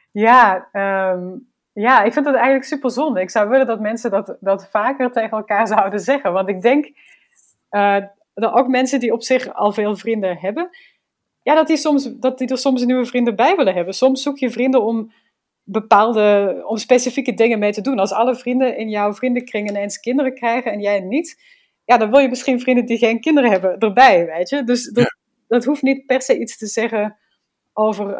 Ja, ik vind dat eigenlijk super zonde. Ik zou willen dat mensen dat vaker tegen elkaar zouden zeggen. Want ik denk dat ook mensen die op zich al veel vrienden hebben, dat die er soms nieuwe vrienden bij willen hebben. Soms zoek je vrienden om specifieke dingen mee te doen. Als alle vrienden in jouw vriendenkring ineens kinderen krijgen en jij niet, dan wil je misschien vrienden die geen kinderen hebben erbij, weet je. Dus dat hoeft niet per se iets te zeggen over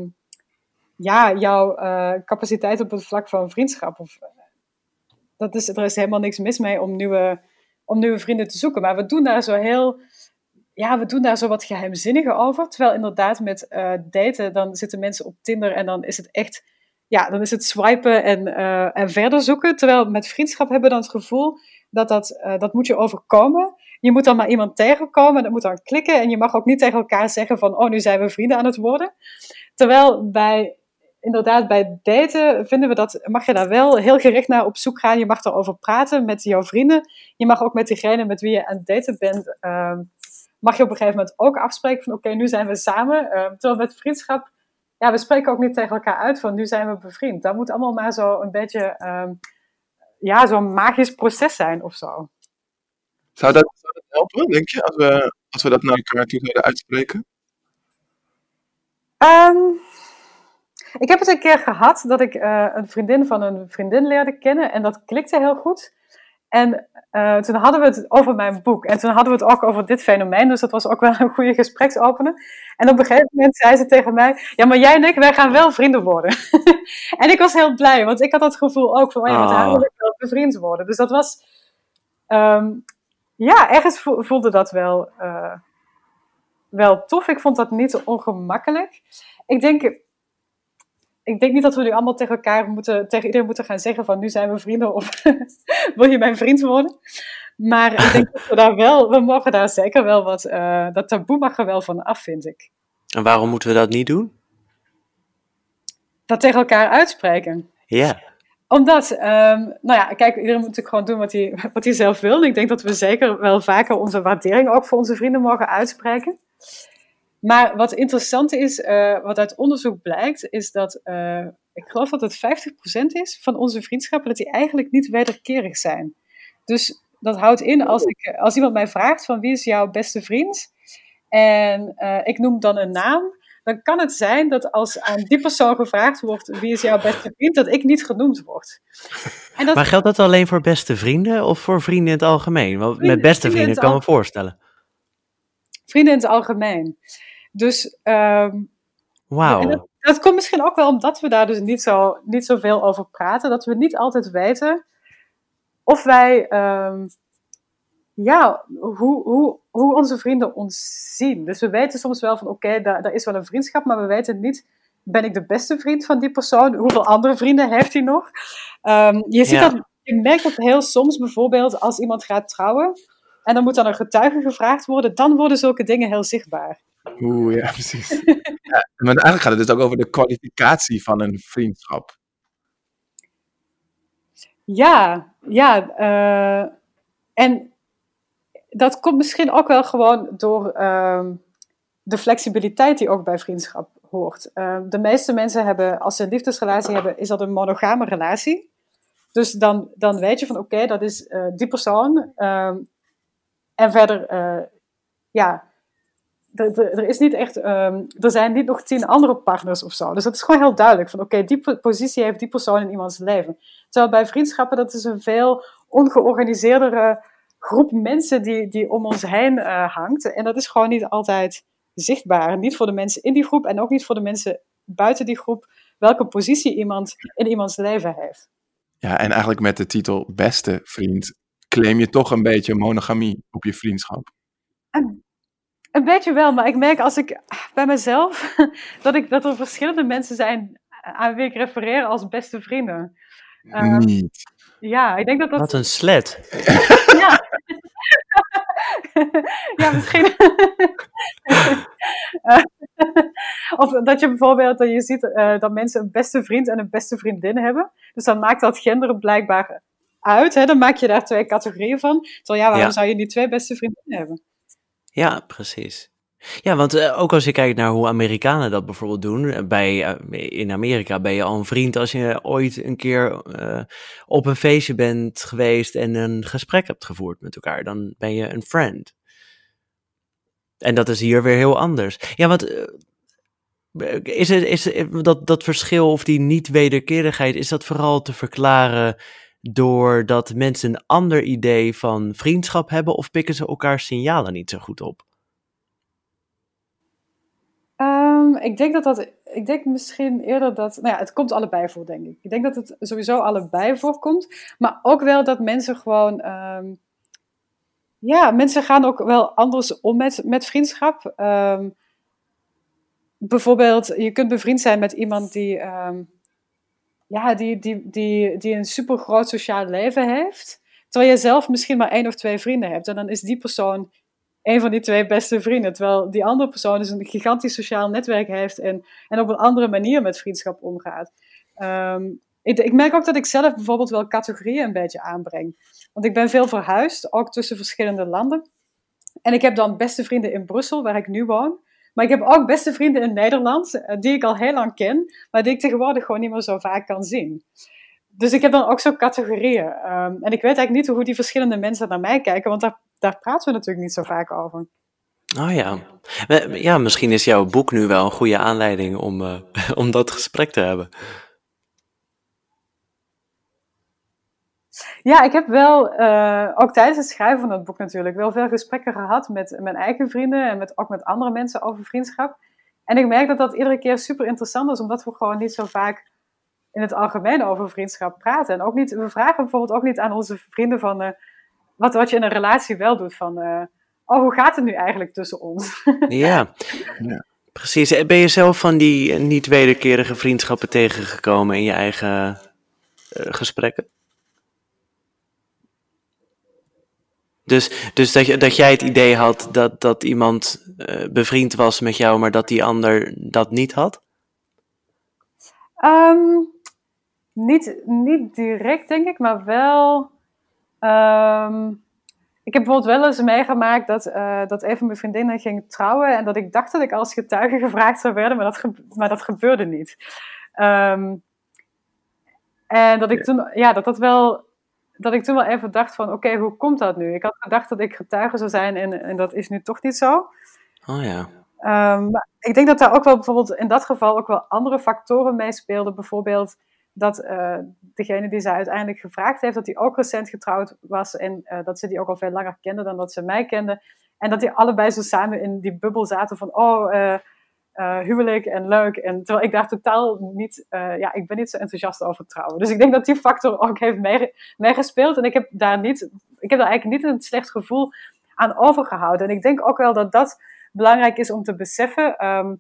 jouw capaciteit op het vlak van vriendschap. Er is helemaal niks mis mee om nieuwe vrienden te zoeken. Maar we doen daar zo wat geheimzinniger over. Terwijl inderdaad met daten, dan zitten mensen op Tinder en dan is het echt, dan is het swipen en verder zoeken. Terwijl met vriendschap hebben we dan het gevoel dat moet je overkomen. Je moet dan maar iemand tegenkomen en dat moet dan klikken. En je mag ook niet tegen elkaar zeggen van, oh, nu zijn we vrienden aan het worden. Terwijl bij daten vinden we mag je daar wel heel gericht naar op zoek gaan. Je mag erover praten met jouw vrienden. Je mag ook met diegene met wie je aan het daten bent, mag je op een gegeven moment ook afspreken van, oké, nu zijn we samen. Terwijl met vriendschap, we spreken ook niet tegen elkaar uit van, nu zijn we bevriend. Dat moet allemaal maar zo een beetje, zo'n magisch proces zijn of zo.
Zou dat helpen, denk je, als we dat naar elkaar toe zouden uitspreken?
Ik heb het een keer gehad dat ik een vriendin van een vriendin leerde kennen en dat klikte heel goed. En toen hadden we het over mijn boek en toen hadden we het ook over dit fenomeen, dus dat was ook wel een goede gespreksopener. En op een gegeven moment zei ze tegen mij, ja, maar jij en ik, wij gaan wel vrienden worden. En ik was heel blij, want ik had dat gevoel ook van, met haar wil ik wel bevriend worden. Dus dat was, ergens voelde dat wel tof. Ik vond dat niet ongemakkelijk. Ik denk niet dat we nu allemaal tegen iedereen moeten gaan zeggen van, nu zijn we vrienden of wil je mijn vriend worden? Maar ik denk dat we mogen daar zeker wel dat taboe mag er wel van af, vind ik.
En waarom moeten we dat niet doen?
Dat tegen elkaar uitspreken.
Ja.
Omdat, nou ja, kijk, iedereen moet natuurlijk gewoon doen wat hij zelf wil. En ik denk dat we zeker wel vaker onze waardering ook voor onze vrienden mogen uitspreken. Maar wat interessant is, wat uit onderzoek blijkt, is dat, ik geloof dat het 50% is van onze vriendschappen, dat die eigenlijk niet wederkerig zijn. Dus dat houdt in, als iemand mij vraagt van wie is jouw beste vriend, en ik noem dan een naam, dan kan het zijn dat als aan die persoon gevraagd wordt wie is jouw beste vriend, dat ik niet genoemd word. En dat,
Maar geldt dat alleen voor beste vrienden of voor vrienden in het algemeen? Want met beste vrienden kan ik me voorstellen.
Vrienden in het algemeen. Dus
Wauw.
dat komt misschien ook wel omdat we daar dus niet zoveel over praten. Dat we niet altijd weten of wij, hoe onze vrienden ons zien. Dus we weten soms wel van oké, daar is wel een vriendschap, maar we weten niet, ben ik de beste vriend van die persoon? Hoeveel andere vrienden heeft hij nog? Je merkt dat heel soms bijvoorbeeld als iemand gaat trouwen en dan moet dan een getuige gevraagd worden, dan worden zulke dingen heel zichtbaar.
Oeh, ja, precies. Ja, maar eigenlijk gaat het dus ook over de kwalificatie van een vriendschap.
En dat komt misschien ook wel gewoon door de flexibiliteit die ook bij vriendschap hoort. De meeste mensen hebben, als ze een liefdesrelatie hebben, is dat een monogame relatie. Dus dan weet je van oké, dat is die persoon. En verder, er is niet echt, er zijn niet nog 10 andere partners of zo. Dus dat is gewoon heel duidelijk van oké, die positie heeft die persoon in iemands leven. Terwijl bij vriendschappen, dat is een veel ongeorganiseerdere groep mensen die om ons heen hangt. En dat is gewoon niet altijd zichtbaar. Niet voor de mensen in die groep en ook niet voor de mensen buiten die groep, welke positie iemand in iemands leven heeft.
Ja, en eigenlijk met de titel beste vriend claim je toch een beetje monogamie op je vriendschap.
Een beetje wel, maar ik merk als ik bij mezelf dat er verschillende mensen zijn aan wie ik refereer als beste vrienden.
Niet.
Ja, ik denk dat.
Wat een slet.
Ja. Ja, misschien. Of dat je bijvoorbeeld, dat je ziet dat mensen een beste vriend en een beste vriendin hebben. Dus dan maakt dat gender blijkbaar uit. Hè? Dan maak je daar 2 categorieën van. Terwijl waarom zou je niet 2 beste vriendinnen hebben?
Ja, precies. Ja, want ook als je kijkt naar hoe Amerikanen dat bijvoorbeeld doen. In Amerika ben je al een vriend als je ooit een keer op een feestje bent geweest en een gesprek hebt gevoerd met elkaar. Dan ben je een friend. En dat is hier weer heel anders. Ja, want is dat verschil of die niet-wederkerigheid, is dat vooral te verklaren doordat mensen een ander idee van vriendschap hebben of pikken ze elkaar signalen niet zo goed op?
Ik denk misschien eerder dat, nou ja, het komt allebei voor, denk ik. Ik denk dat het sowieso allebei voorkomt, maar ook wel dat mensen gewoon, mensen gaan ook wel anders om met vriendschap. Bijvoorbeeld, je kunt bevriend zijn met iemand die een super groot sociaal leven heeft, terwijl je zelf misschien maar 1 of 2 vrienden hebt. En dan is die persoon een van die 2 beste vrienden, terwijl die andere persoon dus een gigantisch sociaal netwerk heeft en op een andere manier met vriendschap omgaat. Ik merk ook dat ik zelf bijvoorbeeld wel categorieën een beetje aanbreng. Want ik ben veel verhuisd, ook tussen verschillende landen. En ik heb dan beste vrienden in Brussel, waar ik nu woon. Maar ik heb ook beste vrienden in Nederland, die ik al heel lang ken, maar die ik tegenwoordig gewoon niet meer zo vaak kan zien. Dus ik heb dan ook zo'n categorieën. En ik weet eigenlijk niet hoe die verschillende mensen naar mij kijken, want daar praten we natuurlijk niet zo vaak over.
Oh ja. Ja, misschien is jouw boek nu wel een goede aanleiding om dat gesprek te hebben.
Ja, ik heb wel, ook tijdens het schrijven van dat boek natuurlijk, wel veel gesprekken gehad met mijn eigen vrienden en ook met andere mensen over vriendschap. En ik merk dat dat iedere keer super interessant is, omdat we gewoon niet zo vaak in het algemeen over vriendschap praten. En ook niet, we vragen bijvoorbeeld ook niet aan onze vrienden van wat je in een relatie wel doet. Van, hoe gaat het nu eigenlijk tussen ons?
Ja, precies. Ben je zelf van die niet wederkerige vriendschappen tegengekomen in je eigen gesprekken? Dus dat jij het idee had dat iemand bevriend was met jou, maar dat die ander dat niet had?
Niet direct, denk ik, maar wel... ik heb bijvoorbeeld wel eens meegemaakt dat een van mijn vriendinnen ging trouwen en dat ik dacht dat ik als getuige gevraagd zou worden, maar dat gebeurde niet. En dat ik toen, dat ik toen wel even dacht van, oké, hoe komt dat nu? Ik had gedacht dat ik getuige zou zijn en dat is nu toch niet zo.
Oh ja.
Maar ik denk dat daar ook wel bijvoorbeeld in dat geval ook wel andere factoren meespeelden. Bijvoorbeeld dat degene die zij uiteindelijk gevraagd heeft, dat die ook recent getrouwd was en dat ze die ook al veel langer kende dan dat ze mij kende. En dat die allebei zo samen in die bubbel zaten van, huwelijk en leuk. En terwijl ik daar totaal niet, ik ben niet zo enthousiast over trouwen. Dus ik denk dat die factor ook heeft meegespeeld. En ik heb daar eigenlijk niet een slecht gevoel aan overgehouden. En ik denk ook wel dat dat belangrijk is om te beseffen.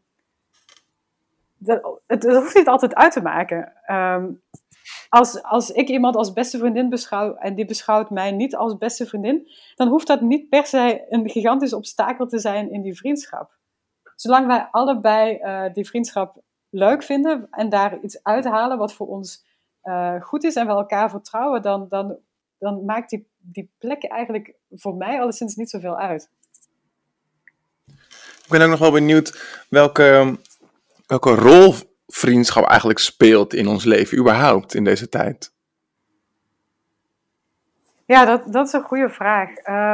Het hoeft niet altijd uit te maken. Als ik iemand als beste vriendin beschouw en die beschouwt mij niet als beste vriendin, dan hoeft dat niet per se een gigantisch obstakel te zijn in die vriendschap. Zolang wij allebei die vriendschap leuk vinden en daar iets uithalen wat voor ons goed is en we elkaar vertrouwen, dan maakt die plek eigenlijk voor mij alleszins niet zoveel uit.
Ik ben ook nog wel benieuwd welke rol vriendschap eigenlijk speelt in ons leven, überhaupt in deze tijd.
Ja, dat is een goede vraag.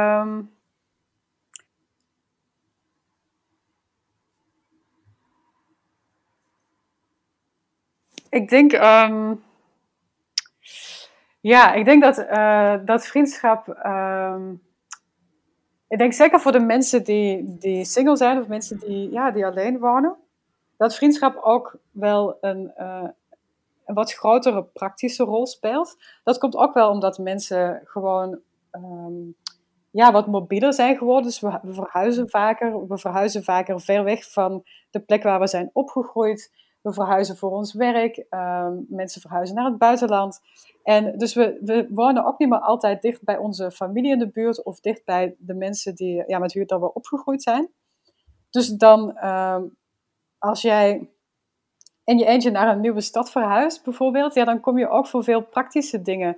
Ik denk, dat vriendschap. Ik denk zeker voor de mensen die single zijn of mensen die alleen wonen, dat vriendschap ook wel een wat grotere praktische rol speelt. Dat komt ook wel omdat mensen gewoon wat mobieler zijn geworden. Dus we verhuizen vaker. We verhuizen vaker ver weg van de plek waar we zijn opgegroeid. We verhuizen voor ons werk. Mensen verhuizen naar het buitenland. En dus we wonen ook niet meer altijd dicht bij onze familie in de buurt of dicht bij de mensen met wie we opgegroeid zijn. Dus dan, als jij in je eentje naar een nieuwe stad verhuist bijvoorbeeld, dan kom je ook voor veel praktische dingen.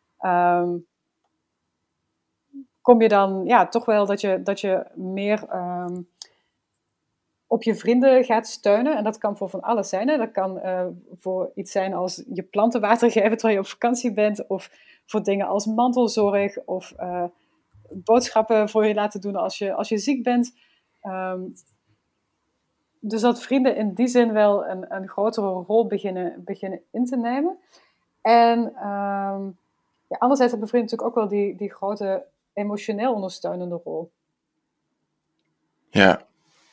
Kom je dan toch wel dat je meer op je vrienden gaat steunen. En dat kan voor van alles zijn. Hè? Dat kan voor iets zijn als je planten water geven terwijl je op vakantie bent. Of voor dingen als mantelzorg. Of boodschappen voor je laten doen als je ziek bent. Dus dat vrienden in die zin wel een grotere rol beginnen in te nemen. En anderzijds hebben vrienden natuurlijk ook wel die grote emotioneel ondersteunende rol.
Ja.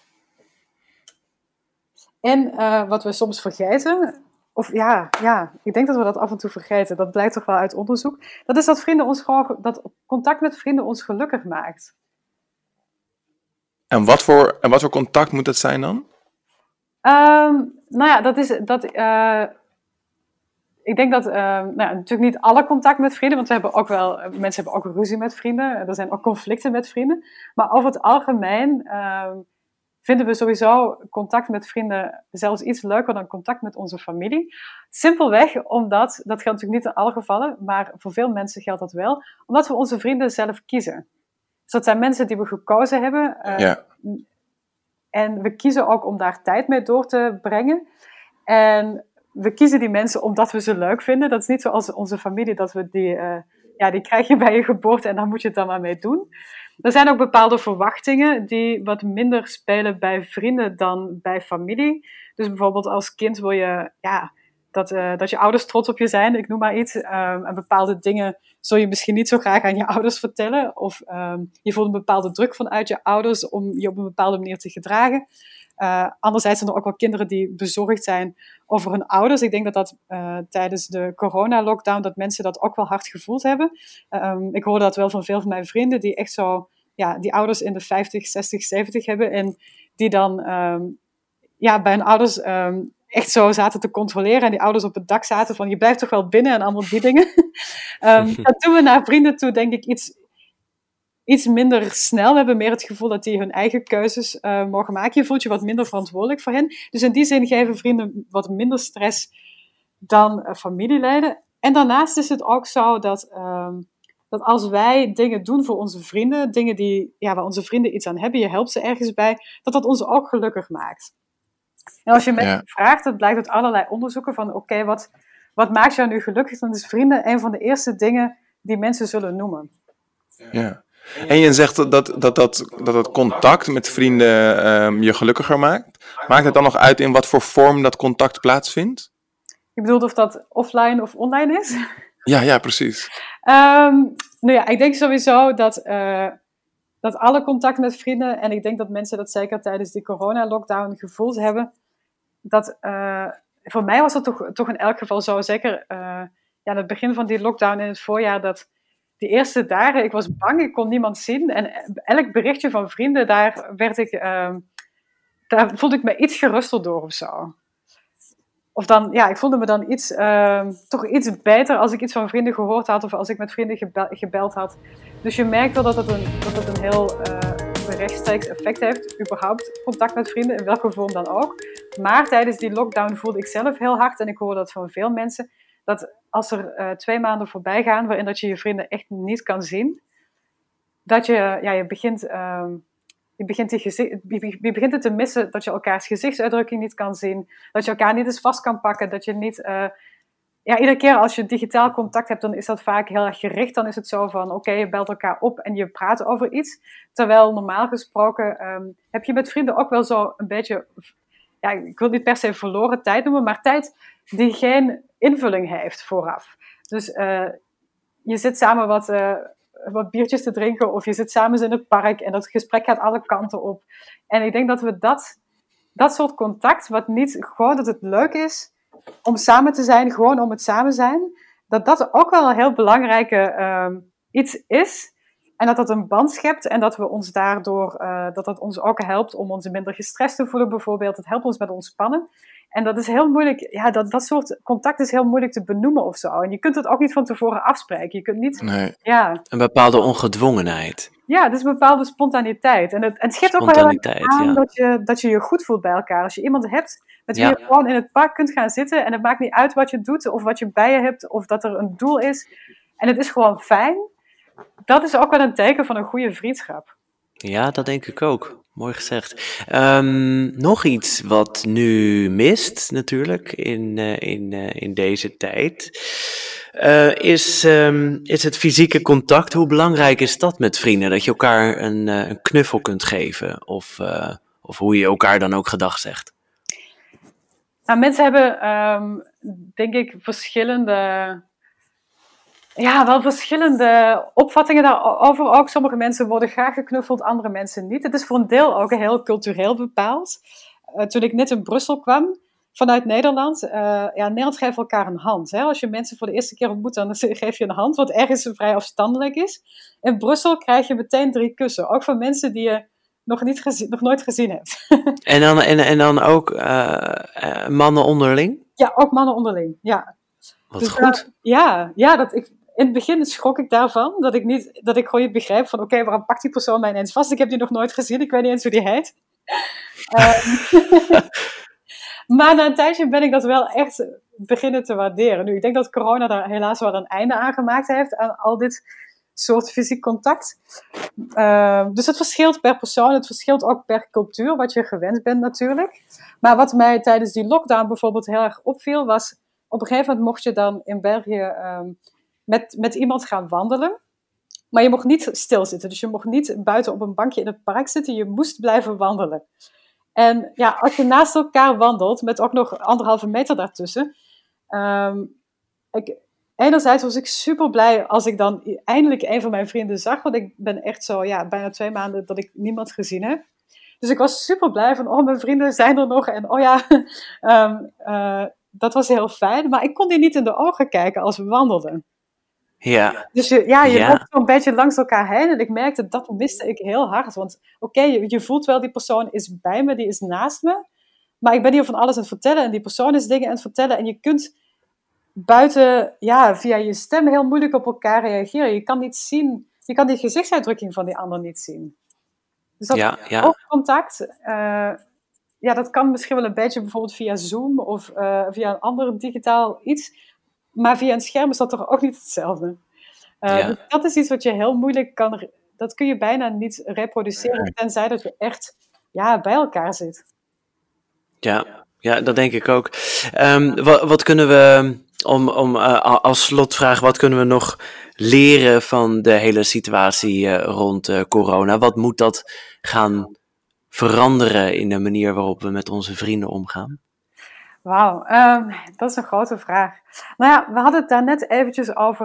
En
wat we soms vergeten, ik denk dat we dat af en toe vergeten, dat blijkt toch wel uit onderzoek, dat is dat contact met vrienden ons gelukkig maakt.
En wat voor contact moet dat zijn dan?
Ik denk dat natuurlijk niet alle contact met vrienden, want mensen hebben ook ruzie met vrienden, er zijn ook conflicten met vrienden, maar over het algemeen vinden we sowieso contact met vrienden zelfs iets leuker dan contact met onze familie. Simpelweg omdat, dat geldt natuurlijk niet in alle gevallen, maar voor veel mensen geldt dat wel, omdat we onze vrienden zelf kiezen. Dus dat zijn mensen die we gekozen hebben. En we kiezen ook om daar tijd mee door te brengen. En we kiezen die mensen omdat we ze leuk vinden. Dat is niet zoals onze familie, dat we die krijg je bij je geboorte en daar moet je het dan maar mee doen. Er zijn ook bepaalde verwachtingen die wat minder spelen bij vrienden dan bij familie. Dus bijvoorbeeld als kind wil je dat je ouders trots op je zijn, ik noem maar iets. En bepaalde dingen zul je misschien niet zo graag aan je ouders vertellen. Of je voelt een bepaalde druk vanuit je ouders om je op een bepaalde manier te gedragen. Anderzijds zijn er ook wel kinderen die bezorgd zijn over hun ouders. Ik denk dat tijdens de corona-lockdown, dat mensen dat ook wel hard gevoeld hebben. Ik hoorde dat wel van veel van mijn vrienden, die echt zo, die ouders in de 50, 60, 70 hebben. En die dan bij hun ouders echt zo zaten te controleren. En die ouders op het dak zaten van, je blijft toch wel binnen en allemaal die dingen. Dat doen we naar vrienden toe, denk ik, iets minder snel. We hebben meer het gevoel dat die hun eigen keuzes mogen maken. Je voelt je wat minder verantwoordelijk voor hen. Dus in die zin geven vrienden wat minder stress dan familieleden. En daarnaast is het ook zo dat als wij dingen doen voor onze vrienden, dingen waar onze vrienden iets aan hebben, je helpt ze ergens bij, dat ons ook gelukkig maakt. En als je mensen vraagt, dat blijkt uit allerlei onderzoeken van oké, wat maakt jou nu gelukkig? Dan is vrienden een van de eerste dingen die mensen zullen noemen.
Ja. En je zegt dat contact met vrienden je gelukkiger maakt. Maakt het dan nog uit in wat voor vorm dat contact plaatsvindt?
Je bedoelt of dat offline of online is?
Ja, precies.
Ik denk sowieso dat alle contact met vrienden, en ik denk dat mensen dat zeker tijdens die corona-lockdown gevoeld hebben, dat voor mij was het toch in elk geval zo, zeker aan het begin van die lockdown in het voorjaar, dat die eerste dagen, ik was bang, ik kon niemand zien. En elk berichtje van vrienden, daar voelde ik me iets geruster door of zo. Of dan, ik voelde me dan toch iets beter als ik iets van vrienden gehoord had of als ik met vrienden gebeld had. Dus je merkt wel dat het een heel rechtstreeks effect heeft, überhaupt contact met vrienden, in welke vorm dan ook. Maar tijdens die lockdown voelde ik zelf heel hard, en ik hoor dat van veel mensen, dat als er 2 maanden voorbij gaan waarin dat je je vrienden echt niet kan zien, dat je begint het te missen, dat je elkaars gezichtsuitdrukking niet kan zien, dat je elkaar niet eens vast kan pakken, dat je niet... iedere keer als je digitaal contact hebt, dan is dat vaak heel erg gericht. Dan is het zo van, oké, je belt elkaar op en je praat over iets. Terwijl normaal gesproken heb je met vrienden ook wel zo een beetje... ik wil niet per se verloren tijd noemen, maar tijd die geen invulling heeft vooraf. Dus je zit samen wat biertjes te drinken of je zit samen in het park en dat gesprek gaat alle kanten op. En ik denk dat we dat soort contact, wat niet gewoon dat het leuk is om samen te zijn, gewoon om het samen zijn, dat ook wel een heel belangrijke iets is. En dat een band schept en dat we ons daardoor, dat ons ook helpt om ons minder gestrest te voelen bijvoorbeeld. Het helpt ons met ontspannen. En dat is heel moeilijk, dat soort contact is heel moeilijk te benoemen of zo. En je kunt het ook niet van tevoren afspreken. Je kunt niet,
een bepaalde ongedwongenheid.
Ja, het is een bepaalde spontaniteit. En het geeft ook wel heel erg aan dat je je goed voelt bij elkaar. Als je iemand hebt met wie je gewoon in het park kunt gaan zitten en het maakt niet uit wat je doet of wat je bij je hebt of dat er een doel is. En het is gewoon fijn. Dat is ook wel een teken van een goede vriendschap.
Ja, dat denk ik ook. Mooi gezegd. Nog iets wat nu mist natuurlijk in deze tijd, is het fysieke contact. Hoe belangrijk is dat met vrienden? Dat je elkaar een knuffel kunt geven of hoe je elkaar dan ook gedag zegt?
Nou, mensen hebben denk ik verschillende opvattingen daarover ook. Sommige mensen worden graag geknuffeld, andere mensen niet. Het is voor een deel ook heel cultureel bepaald. Toen ik net in Brussel kwam, vanuit Nederland, Nederland geeft elkaar een hand. Hè? Als je mensen voor de eerste keer ontmoet, dan geef je een hand, wat ergens vrij afstandelijk is. In Brussel krijg je meteen 3 kussen. Ook van mensen die je nog nooit gezien hebt.
En dan ook mannen onderling?
Ja, ook mannen onderling, ja.
Wat goed.
In het begin schrok ik daarvan, dat ik gewoon niet begrijp van oké, waarom pakt die persoon mij ineens vast? Ik heb die nog nooit gezien, ik weet niet eens hoe die heet. Maar na een tijdje ben ik dat wel echt beginnen te waarderen. Nu, ik denk dat corona daar helaas wel een einde aan gemaakt heeft, aan al dit soort fysiek contact. Dus het verschilt per persoon, het verschilt ook per cultuur, wat je gewend bent natuurlijk. Maar wat mij tijdens die lockdown bijvoorbeeld heel erg opviel, was op een gegeven moment mocht je dan in België met iemand gaan wandelen. Maar je mocht niet stilzitten. Dus je mocht niet buiten op een bankje in het park zitten. Je moest blijven wandelen. En ja, als je naast elkaar wandelt, met ook nog 1,5 meter daartussen. Enerzijds was ik super blij als ik dan eindelijk een van mijn vrienden zag. Want ik ben echt zo, bijna 2 maanden dat ik niemand gezien heb. Dus ik was super blij van, mijn vrienden zijn er nog. En dat was heel fijn. Maar ik kon die niet in de ogen kijken als we wandelden.
Ja.
Dus je loopt zo'n beetje langs elkaar heen. En ik merkte, dat miste ik heel hard. Want je voelt wel, die persoon is bij me, die is naast me. Maar ik ben hier van alles aan het vertellen. En die persoon is dingen aan het vertellen. En je kunt buiten, via je stem heel moeilijk op elkaar reageren. Je kan niet zien, je kan die gezichtsuitdrukking van die ander niet zien. Dus dat oogcontact, dat kan misschien wel een beetje bijvoorbeeld via Zoom of via een ander digitaal iets. Maar via een scherm is dat toch ook niet hetzelfde. Dus dat is iets wat je heel moeilijk kan... Dat kun je bijna niet reproduceren, tenzij dat je echt bij elkaar zit.
Ja, dat denk ik ook. Wat kunnen we, als slotvraag, wat kunnen we nog leren van de hele situatie rond corona? Wat moet dat gaan veranderen in de manier waarop we met onze vrienden omgaan?
Wauw, dat is een grote vraag. Nou ja, we hadden het daar net eventjes over.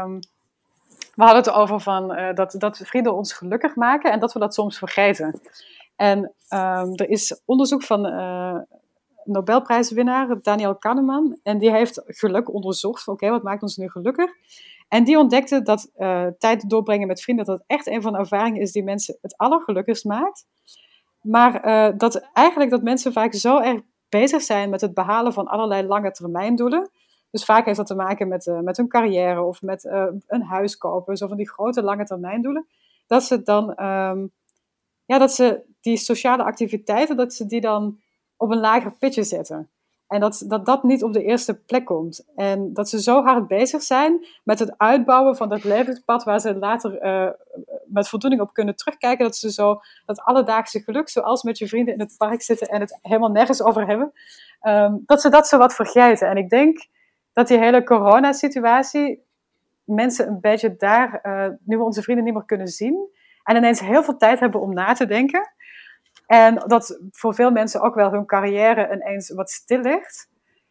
We hadden het over dat vrienden ons gelukkig maken en dat we dat soms vergeten. En er is onderzoek van Nobelprijswinnaar Daniel Kahneman. En die heeft geluk onderzocht. Oké, wat maakt ons nu gelukkig? En die ontdekte dat tijd doorbrengen met vrienden, dat echt een van de ervaringen is die mensen het allergelukkigst maakt. Maar dat mensen vaak zo erg bezig zijn met het behalen van allerlei lange termijn doelen. Dus vaak heeft dat te maken met hun carrière of met een huis kopen. Zo van die grote lange termijn doelen. Dat ze dan, dat ze die sociale activiteiten, dat ze die dan op een lager pitje zetten. En dat niet op de eerste plek komt. En dat ze zo hard bezig zijn met het uitbouwen van dat levenspad waar ze later met voldoening op kunnen terugkijken. Dat ze zo dat alledaagse geluk, zoals met je vrienden in het park zitten en het helemaal nergens over hebben. Dat ze dat zo wat vergeten. En ik denk dat die hele coronasituatie mensen een beetje daar, nu we onze vrienden niet meer kunnen zien, en ineens heel veel tijd hebben om na te denken. En dat voor veel mensen ook wel hun carrière ineens wat stil ligt.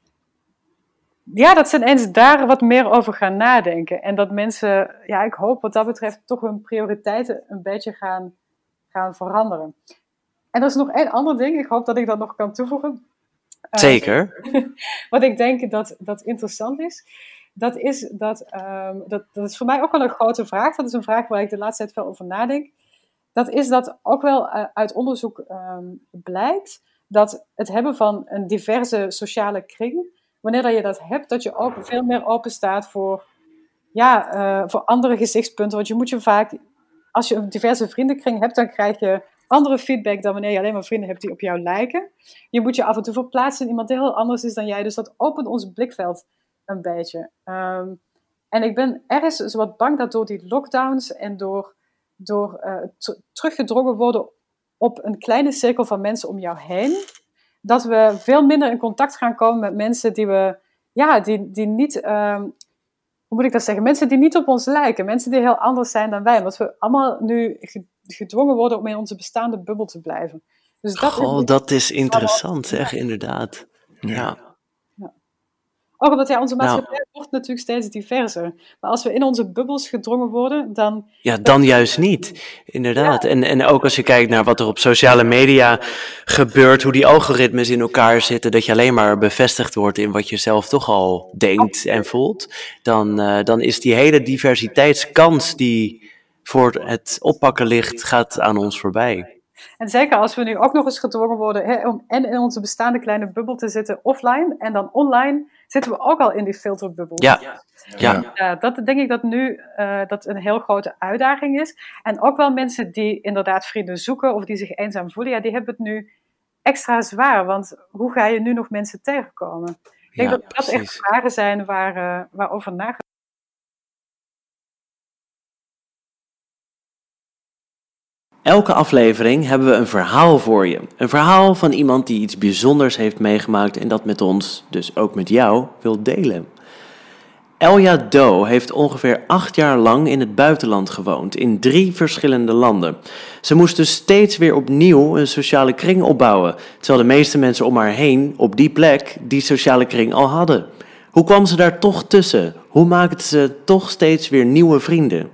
Ja, dat ze ineens daar wat meer over gaan nadenken. En dat mensen, ik hoop wat dat betreft, toch hun prioriteiten een beetje gaan veranderen. En er is nog één ander ding, ik hoop dat ik dat nog kan toevoegen.
Zeker.
Wat ik denk dat interessant is, dat is dat is voor mij ook wel een grote vraag. Dat is een vraag waar ik de laatste tijd veel over nadenk. Dat is dat ook wel uit onderzoek blijkt dat het hebben van een diverse sociale kring, wanneer je dat hebt, dat je ook veel meer open staat voor andere gezichtspunten. Want je moet je vaak, als je een diverse vriendenkring hebt, dan krijg je andere feedback dan wanneer je alleen maar vrienden hebt die op jou lijken. Je moet je af en toe verplaatsen in iemand die heel anders is dan jij. Dus dat opent ons blikveld een beetje. En ik ben ergens zo wat bang dat door die lockdowns en door teruggedrongen worden op een kleine cirkel van mensen om jou heen, dat we veel minder in contact gaan komen met mensen die we, die niet, hoe moet ik dat zeggen, mensen die niet op ons lijken, mensen die heel anders zijn dan wij, omdat we allemaal nu gedwongen worden om in onze bestaande bubbel te blijven. Dus
dat is interessant, zeg, inderdaad. Ja.
Ook omdat onze maatschappij wordt natuurlijk steeds diverser. Maar als we in onze bubbels gedrongen worden, dan...
Ja, dan juist niet, inderdaad. Ja. En ook als je kijkt naar wat er op sociale media gebeurt, hoe die algoritmes in elkaar zitten, dat je alleen maar bevestigd wordt in wat je zelf toch al denkt en voelt, dan is die hele diversiteitskans die voor het oppakken ligt, gaat aan ons voorbij.
En zeker als we nu ook nog eens gedwongen worden om en in onze bestaande kleine bubbel te zitten offline en dan online, zitten we ook al in die filterbubbel. Ja. Dat denk ik dat nu dat een heel grote uitdaging is. En ook wel mensen die inderdaad vrienden zoeken of die zich eenzaam voelen, die hebben het nu extra zwaar. Want hoe ga je nu nog mensen tegenkomen? Ik denk dat dat echt vragen zijn waarover nagedacht.
Elke aflevering hebben we een verhaal voor je. Een verhaal van iemand die iets bijzonders heeft meegemaakt en dat met ons, dus ook met jou, wil delen. Elja Do heeft ongeveer 8 jaar lang in het buitenland gewoond, in 3 verschillende landen. Ze moest dus steeds weer opnieuw een sociale kring opbouwen, terwijl de meeste mensen om haar heen op die plek die sociale kring al hadden. Hoe kwam ze daar toch tussen? Hoe maakte ze toch steeds weer nieuwe vrienden?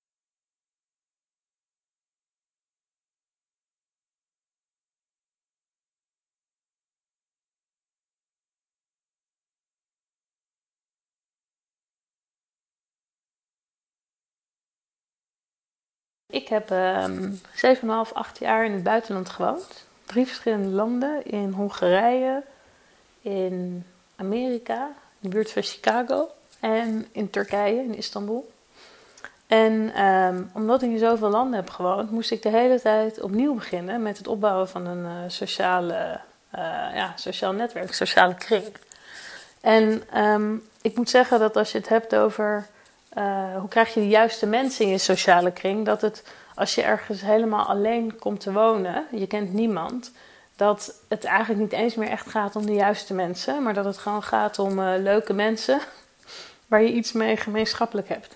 Ik heb 7,5, 8 jaar in het buitenland gewoond. 3 verschillende landen. In Hongarije, in Amerika, in de buurt van Chicago en in Turkije, in Istanbul. En omdat ik in zoveel landen heb gewoond, moest ik de hele tijd opnieuw beginnen met het opbouwen van een sociale sociaal netwerk, sociale kring. En ik moet zeggen dat als je het hebt over hoe krijg je de juiste mensen in je sociale kring, dat het, als je ergens helemaal alleen komt te wonen, je kent niemand, dat het eigenlijk niet eens meer echt gaat om de juiste mensen, maar dat het gewoon gaat om leuke mensen waar je iets mee gemeenschappelijk hebt.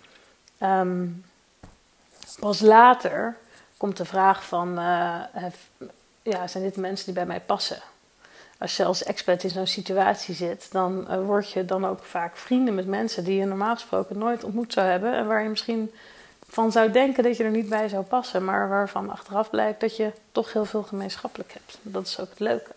Pas later komt de vraag van, zijn dit mensen die bij mij passen? Als je als expat in zo'n situatie zit, dan word je dan ook vaak vrienden met mensen die je normaal gesproken nooit ontmoet zou hebben. En waar je misschien van zou denken dat je er niet bij zou passen, maar waarvan achteraf blijkt dat je toch heel veel gemeenschappelijk hebt. Dat is ook het leuke.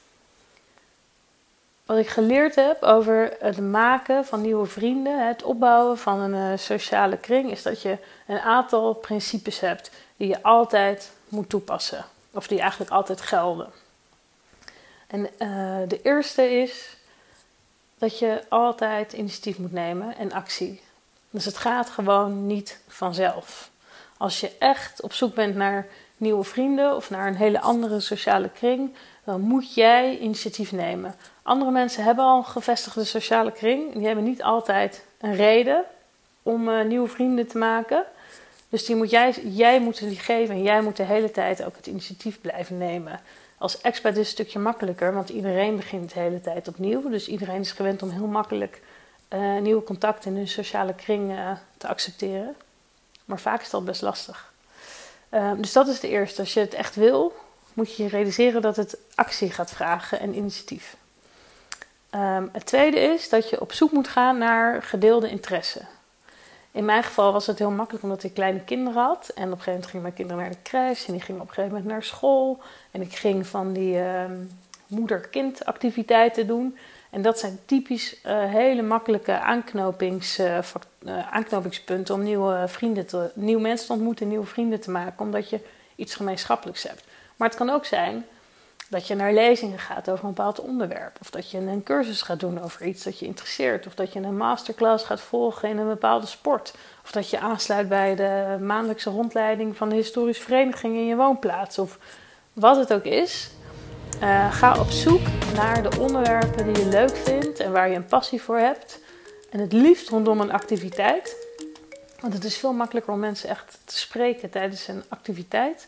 Wat ik geleerd heb over het maken van nieuwe vrienden, het opbouwen van een sociale kring, is dat je een aantal principes hebt die je altijd moet toepassen. Of die eigenlijk altijd gelden. En de eerste is dat je altijd initiatief moet nemen en actie. Dus het gaat gewoon niet vanzelf. Als je echt op zoek bent naar nieuwe vrienden of naar een hele andere sociale kring, dan moet jij initiatief nemen. Andere mensen hebben al een gevestigde sociale kring. Die hebben niet altijd een reden om nieuwe vrienden te maken. Dus die moet jij moet die geven en jij moet de hele tijd ook het initiatief blijven nemen. Als expat is het een stukje makkelijker, want iedereen begint de hele tijd opnieuw. Dus iedereen is gewend om heel makkelijk nieuwe contacten in hun sociale kring te accepteren. Maar vaak is dat best lastig. Dus dat is de eerste. Als je het echt wil, moet je je realiseren dat het actie gaat vragen en initiatief. Het tweede is dat je op zoek moet gaan naar gedeelde interesse. In mijn geval was het heel makkelijk omdat ik kleine kinderen had. En op een gegeven moment gingen mijn kinderen naar de crash en die gingen op een gegeven moment naar school. En ik ging van die moeder-kind activiteiten doen. En dat zijn typisch hele makkelijke aanknopingspunten om nieuwe mensen te ontmoeten, nieuwe vrienden te maken. Omdat je iets gemeenschappelijks hebt. Maar het kan ook zijn dat je naar lezingen gaat over een bepaald onderwerp. Of dat je een cursus gaat doen over iets dat je interesseert. Of dat je een masterclass gaat volgen in een bepaalde sport. Of dat je aansluit bij de maandelijkse rondleiding van de historische vereniging in je woonplaats. Of wat het ook is. Ga op zoek naar de onderwerpen die je leuk vindt en waar je een passie voor hebt. En het liefst rondom een activiteit. Want het is veel makkelijker om mensen echt te spreken tijdens een activiteit.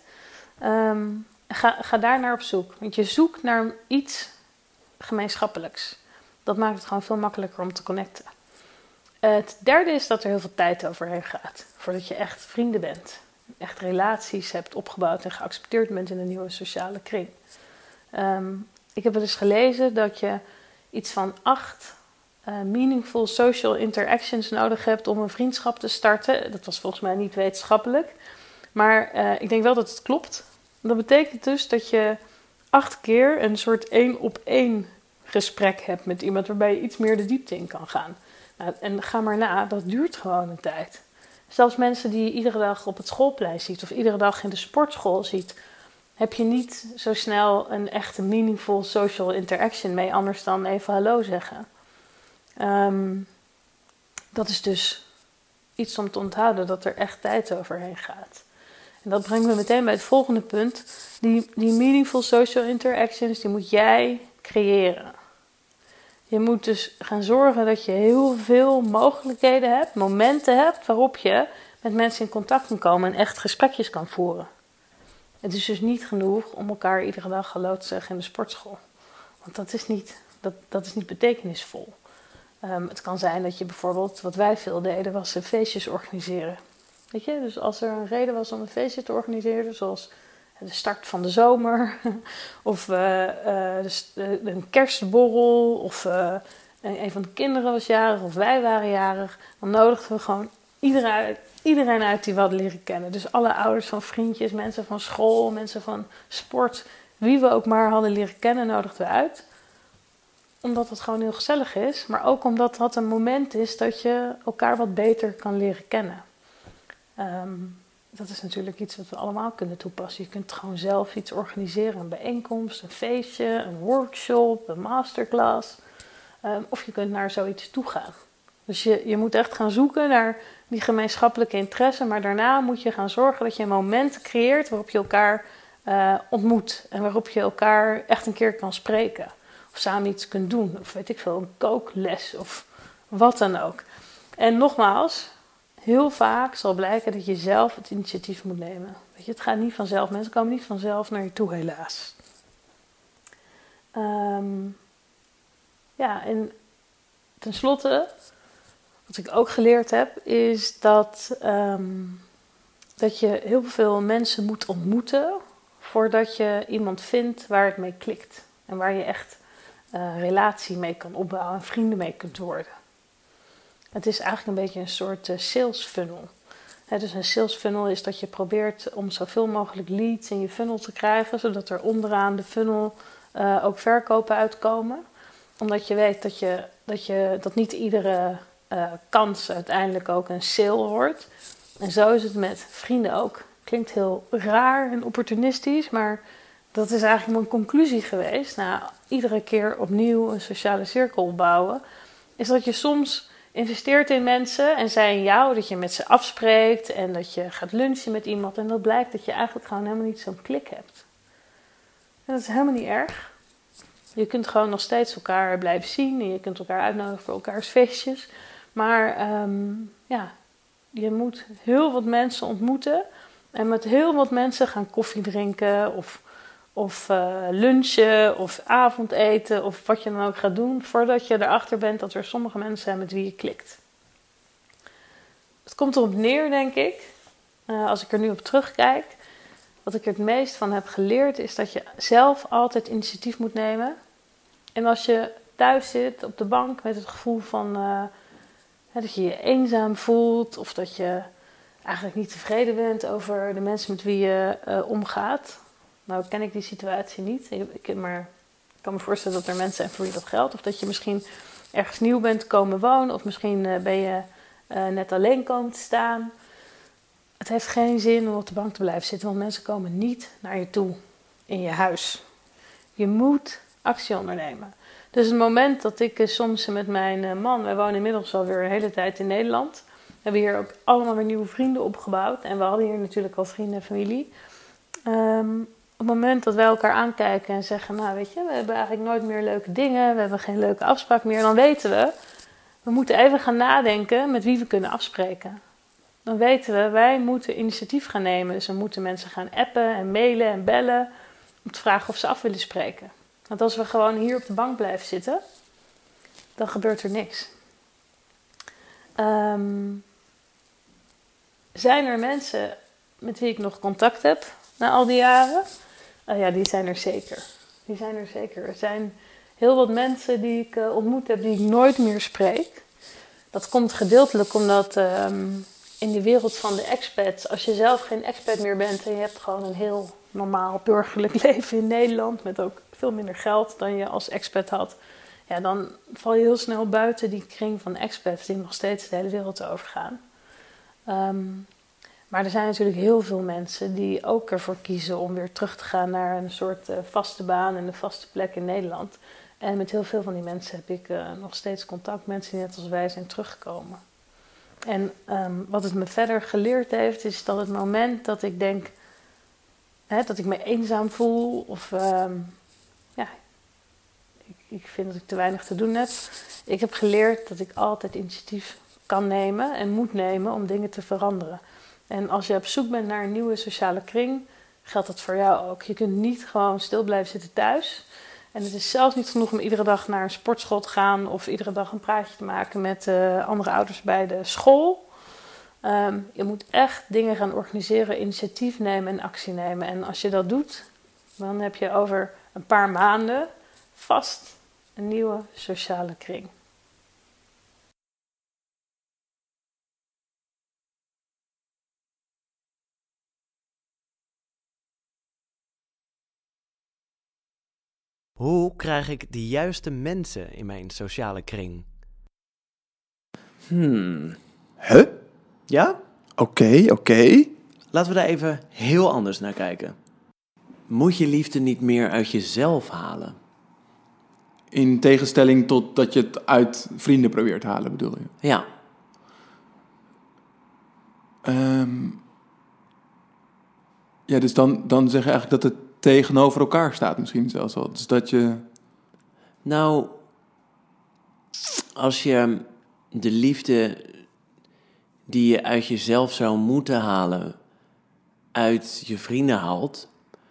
Ga daar naar op zoek. Want je zoekt naar iets gemeenschappelijks. Dat maakt het gewoon veel makkelijker om te connecten. Het derde is dat er heel veel tijd overheen gaat. Voordat je echt vrienden bent. Echt relaties hebt opgebouwd en geaccepteerd bent in een nieuwe sociale kring. Ik heb wel eens gelezen dat je iets van 8 meaningful social interactions nodig hebt om een vriendschap te starten. Dat was volgens mij niet wetenschappelijk. Maar ik denk wel dat het klopt. Dat betekent dus dat je 8 keer een soort 1-op-1 gesprek hebt met iemand waarbij je iets meer de diepte in kan gaan. Nou, en ga maar na, dat duurt gewoon een tijd. Zelfs mensen die je iedere dag op het schoolplein ziet of iedere dag in de sportschool ziet, heb je niet zo snel een echte meaningful social interaction mee, anders dan even hallo zeggen. Dat is dus iets om te onthouden, dat er echt tijd overheen gaat. En dat brengt me meteen bij het volgende punt. Die meaningful social interactions, die moet jij creëren. Je moet dus gaan zorgen dat je heel veel mogelijkheden hebt, momenten hebt waarop je met mensen in contact kan komen en echt gesprekjes kan voeren. Het is dus niet genoeg om elkaar iedere dag hallo te zeggen in de sportschool. Want dat is niet betekenisvol. Het kan zijn dat je bijvoorbeeld, wat wij veel deden, was feestjes organiseren. Weet je, dus als er een reden was om een feestje te organiseren, zoals de start van de zomer, of een kerstborrel, of een van de kinderen was jarig, of wij waren jarig, dan nodigden we gewoon iedereen uit die we hadden leren kennen. Dus alle ouders van vriendjes, mensen van school, mensen van sport, wie we ook maar hadden leren kennen, nodigden we uit. Omdat het gewoon heel gezellig is, maar ook omdat dat een moment is dat je elkaar wat beter kan leren kennen. Dat is natuurlijk iets wat we allemaal kunnen toepassen. Je kunt gewoon zelf iets organiseren, een bijeenkomst, een feestje, een workshop, een masterclass. Of je kunt naar zoiets toe gaan. Dus je moet echt gaan zoeken naar die gemeenschappelijke interesse, maar daarna moet je gaan zorgen dat je momenten creëert waarop je elkaar ontmoet. En waarop je elkaar echt een keer kan spreken. Of samen iets kunt doen. Of weet ik veel, een kookles of wat dan ook. En nogmaals, heel vaak zal blijken dat je zelf het initiatief moet nemen. Weet je, het gaat niet vanzelf. Mensen komen niet vanzelf naar je toe, helaas. En tenslotte, wat ik ook geleerd heb, is dat je heel veel mensen moet ontmoeten voordat je iemand vindt waar het mee klikt. En waar je echt relatie mee kan opbouwen en vrienden mee kunt worden. Het is eigenlijk een beetje een soort sales funnel. Dus een sales funnel is dat je probeert om zoveel mogelijk leads in je funnel te krijgen, zodat er onderaan de funnel ook verkopen uitkomen. Omdat je weet dat niet iedere kans uiteindelijk ook een sale wordt. En zo is het met vrienden ook. Klinkt heel raar en opportunistisch, maar dat is eigenlijk mijn conclusie geweest. Iedere keer opnieuw een sociale cirkel opbouwen, is dat je soms investeert in mensen en zij in jou, dat je met ze afspreekt en dat je gaat lunchen met iemand. En dat blijkt dat je eigenlijk gewoon helemaal niet zo'n klik hebt. En dat is helemaal niet erg. Je kunt gewoon nog steeds elkaar blijven zien en je kunt elkaar uitnodigen voor elkaars feestjes. Maar je moet heel wat mensen ontmoeten en met heel wat mensen gaan koffie drinken of lunchen of avondeten of wat je dan ook gaat doen, voordat je erachter bent dat er sommige mensen zijn met wie je klikt. Het komt erop neer, denk ik, als ik er nu op terugkijk, wat ik er het meest van heb geleerd is dat je zelf altijd initiatief moet nemen. En als je thuis zit op de bank met het gevoel van dat je je eenzaam voelt of dat je eigenlijk niet tevreden bent over de mensen met wie je omgaat. Nou ken ik die situatie niet, maar ik kan me voorstellen dat er mensen zijn voor wie dat geldt. Of dat je misschien ergens nieuw bent komen wonen of misschien ben je net alleen komen te staan. Het heeft geen zin om op de bank te blijven zitten, want mensen komen niet naar je toe in je huis. Je moet actie ondernemen. Dus het moment dat ik soms met mijn man, wij wonen inmiddels alweer een hele tijd in Nederland. We hebben hier ook allemaal weer nieuwe vrienden opgebouwd. En we hadden hier natuurlijk al vrienden en familie. Op het moment dat wij elkaar aankijken en zeggen, nou weet je, we hebben eigenlijk nooit meer leuke dingen. We hebben geen leuke afspraak meer. Dan weten we moeten even gaan nadenken met wie we kunnen afspreken. Dan weten wij moeten initiatief gaan nemen. Dus we moeten mensen gaan appen en mailen en bellen om te vragen of ze af willen spreken. Want als we gewoon hier op de bank blijven zitten, dan gebeurt er niks. Zijn er mensen met wie ik nog contact heb na al die jaren? Ja, die zijn er zeker. Er zijn heel wat mensen die ik ontmoet heb die ik nooit meer spreek. Dat komt gedeeltelijk omdat in de wereld van de expats, als je zelf geen expat meer bent en je hebt gewoon een heel normaal burgerlijk leven in Nederland met ook veel minder geld dan je als expat had, ja, dan val je heel snel buiten die kring van expats die nog steeds de hele wereld overgaan. Maar er zijn natuurlijk heel veel mensen die ook ervoor kiezen om weer terug te gaan naar een soort vaste baan en een vaste plek in Nederland. En met heel veel van die mensen heb ik nog steeds contact. Mensen die net als wij zijn teruggekomen. En wat het me verder geleerd heeft, is dat het moment dat ik denk dat ik me eenzaam voel of ik vind dat ik te weinig te doen heb. Ik heb geleerd dat ik altijd initiatief kan nemen en moet nemen om dingen te veranderen. En als je op zoek bent naar een nieuwe sociale kring, geldt dat voor jou ook. Je kunt niet gewoon stil blijven zitten thuis. En het is zelfs niet genoeg om iedere dag naar een sportschool te gaan of iedere dag een praatje te maken met andere ouders bij de school. Je moet echt dingen gaan organiseren, initiatief nemen en actie nemen. En als je dat doet, dan heb je over een paar maanden vast een nieuwe sociale kring.
Hoe krijg ik de juiste mensen in mijn sociale kring?
Huh?
Ja?
Oké.
Laten we daar even heel anders naar kijken. Moet je liefde niet meer uit jezelf halen?
In tegenstelling tot dat je het uit vrienden probeert te halen, bedoel je?
Ja.
Ja, dus dan zeg je eigenlijk dat het tegenover elkaar staat misschien zelfs al. Dus dat je...
Nou, als je de liefde die je uit jezelf zou moeten halen, uit je vrienden haalt,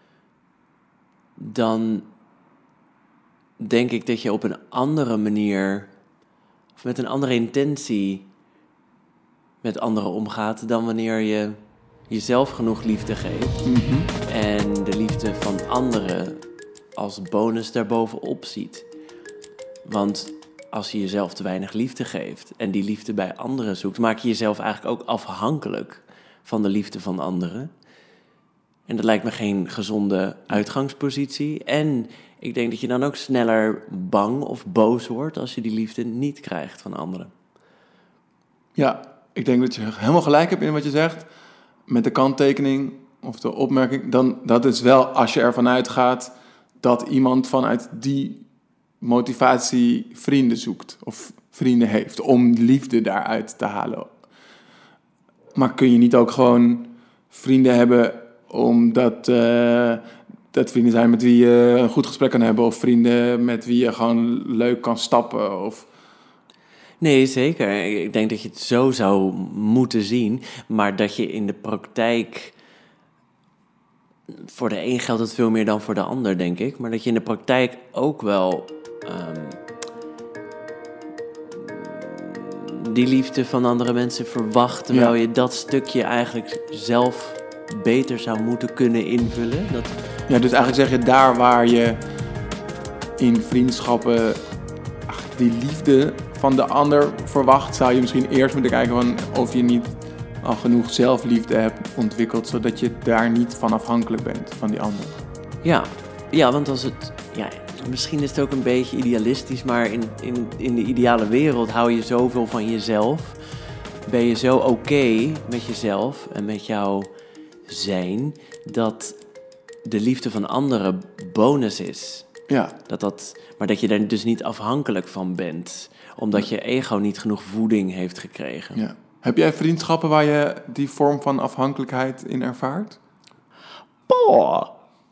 dan denk ik dat je op een andere manier, of met een andere intentie met anderen omgaat dan wanneer je jezelf genoeg liefde geeft en de liefde van anderen als bonus daarbovenop ziet. Want als je jezelf te weinig liefde geeft en die liefde bij anderen zoekt, maak je jezelf eigenlijk ook afhankelijk van de liefde van anderen. En dat lijkt me geen gezonde uitgangspositie. En ik denk dat je dan ook sneller bang of boos wordt als je die liefde niet krijgt van anderen.
Ja, ik denk dat je helemaal gelijk hebt in wat je zegt. Met de kanttekening of de opmerking. Dan, dat is wel als je ervan uitgaat dat iemand vanuit die motivatie vrienden zoekt. Of vrienden heeft om liefde daaruit te halen. Maar kun je niet ook gewoon vrienden hebben omdat dat vrienden zijn met wie je een goed gesprek kan hebben. Of vrienden met wie je gewoon leuk kan stappen of...
Nee, zeker. Ik denk dat je het zo zou moeten zien. Maar dat je in de praktijk... Voor de een geldt het veel meer dan voor de ander, denk ik. Maar dat je in de praktijk ook wel... die liefde van andere mensen verwacht... terwijl je dat stukje eigenlijk zelf beter zou moeten kunnen invullen.
Ja, dus eigenlijk zeg je daar waar je in vriendschappen die liefde van de ander verwacht, zou je misschien eerst moeten kijken van of je niet al genoeg zelfliefde hebt ontwikkeld, zodat je daar niet van afhankelijk bent van die ander.
Ja, want als het... Ja, misschien is het ook een beetje idealistisch, maar in de ideale wereld hou je zoveel van jezelf. Ben je zo oké met jezelf en met jouw zijn, dat de liefde van anderen bonus is.
Ja.
Maar dat je daar dus niet afhankelijk van bent, omdat je ego niet genoeg voeding heeft gekregen.
Ja. Heb jij vriendschappen waar je die vorm van afhankelijkheid in ervaart?
Boah.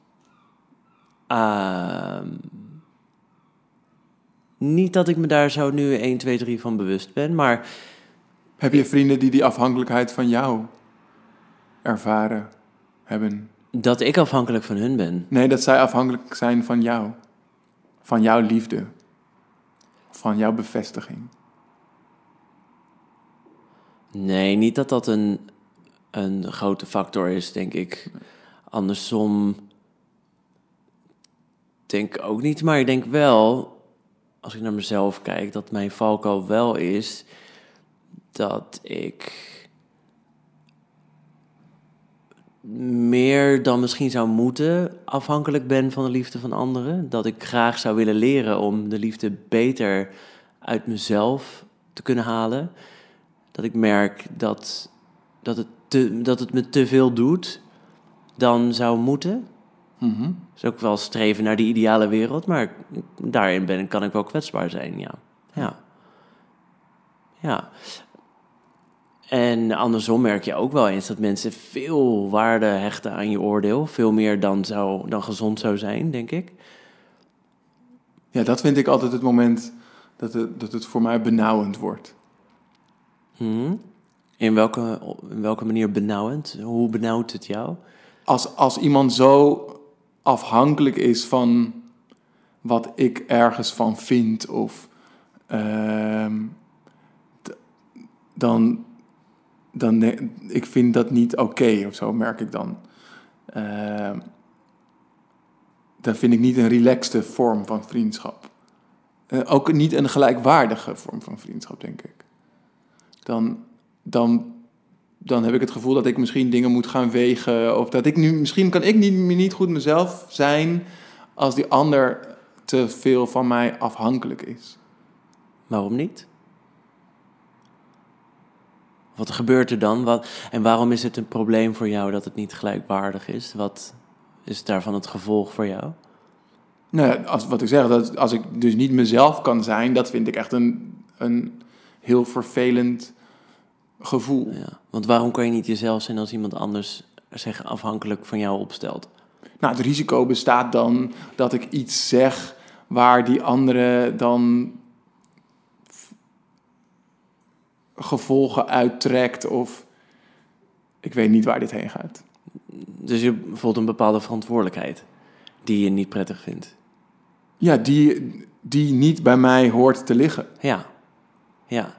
Niet dat ik me daar zo nu 1, 2, 3 van bewust ben, maar...
Heb je vrienden die afhankelijkheid van jou ervaren hebben?
Dat ik afhankelijk van hun ben?
Nee, dat zij afhankelijk zijn van jou. Van jouw liefde. Van jouw bevestiging.
Nee, niet dat dat een grote factor is, denk ik. Andersom denk ik ook niet. Maar ik denk wel, als ik naar mezelf kijk, dat mijn valkuil wel is dat ik meer dan misschien zou moeten afhankelijk ben van de liefde van anderen. Dat ik graag zou willen leren om de liefde beter uit mezelf te kunnen halen. Dat ik merk dat het me te veel doet dan zou moeten.
Mm-hmm.
Dus ook wel streven naar die ideale wereld, maar daarin kan ik wel kwetsbaar zijn, ja. En andersom merk je ook wel eens dat mensen veel waarde hechten aan je oordeel. Veel meer dan gezond zou zijn, denk ik.
Ja, dat vind ik altijd het moment dat het voor mij benauwend wordt.
In welke manier benauwend? Hoe benauwt het jou?
Als iemand zo afhankelijk is van wat ik ergens van vind, of dan ik vind dat niet oké, of zo, merk ik dan. Dat vind ik niet een relaxte vorm van vriendschap. Ook niet een gelijkwaardige vorm van vriendschap, denk ik. Dan heb ik het gevoel dat ik misschien dingen moet gaan wegen, of dat misschien kan ik niet goed mezelf zijn als die ander te veel van mij afhankelijk is.
Waarom niet? Wat gebeurt er dan? En waarom is het een probleem voor jou dat het niet gelijkwaardig is? Wat is daarvan het gevolg voor jou?
Nou, wat ik zeg, als ik dus niet mezelf kan zijn, dat vind ik echt een heel vervelend gevoel.
Ja, want waarom kan je niet jezelf zijn als iemand anders zich afhankelijk van jou opstelt?
Nou, het risico bestaat dan dat ik iets zeg waar die andere dan gevolgen uittrekt of ik weet niet waar dit heen gaat.
Dus je voelt een bepaalde verantwoordelijkheid die je niet prettig vindt.
Ja, die niet bij mij hoort te liggen.
Ja,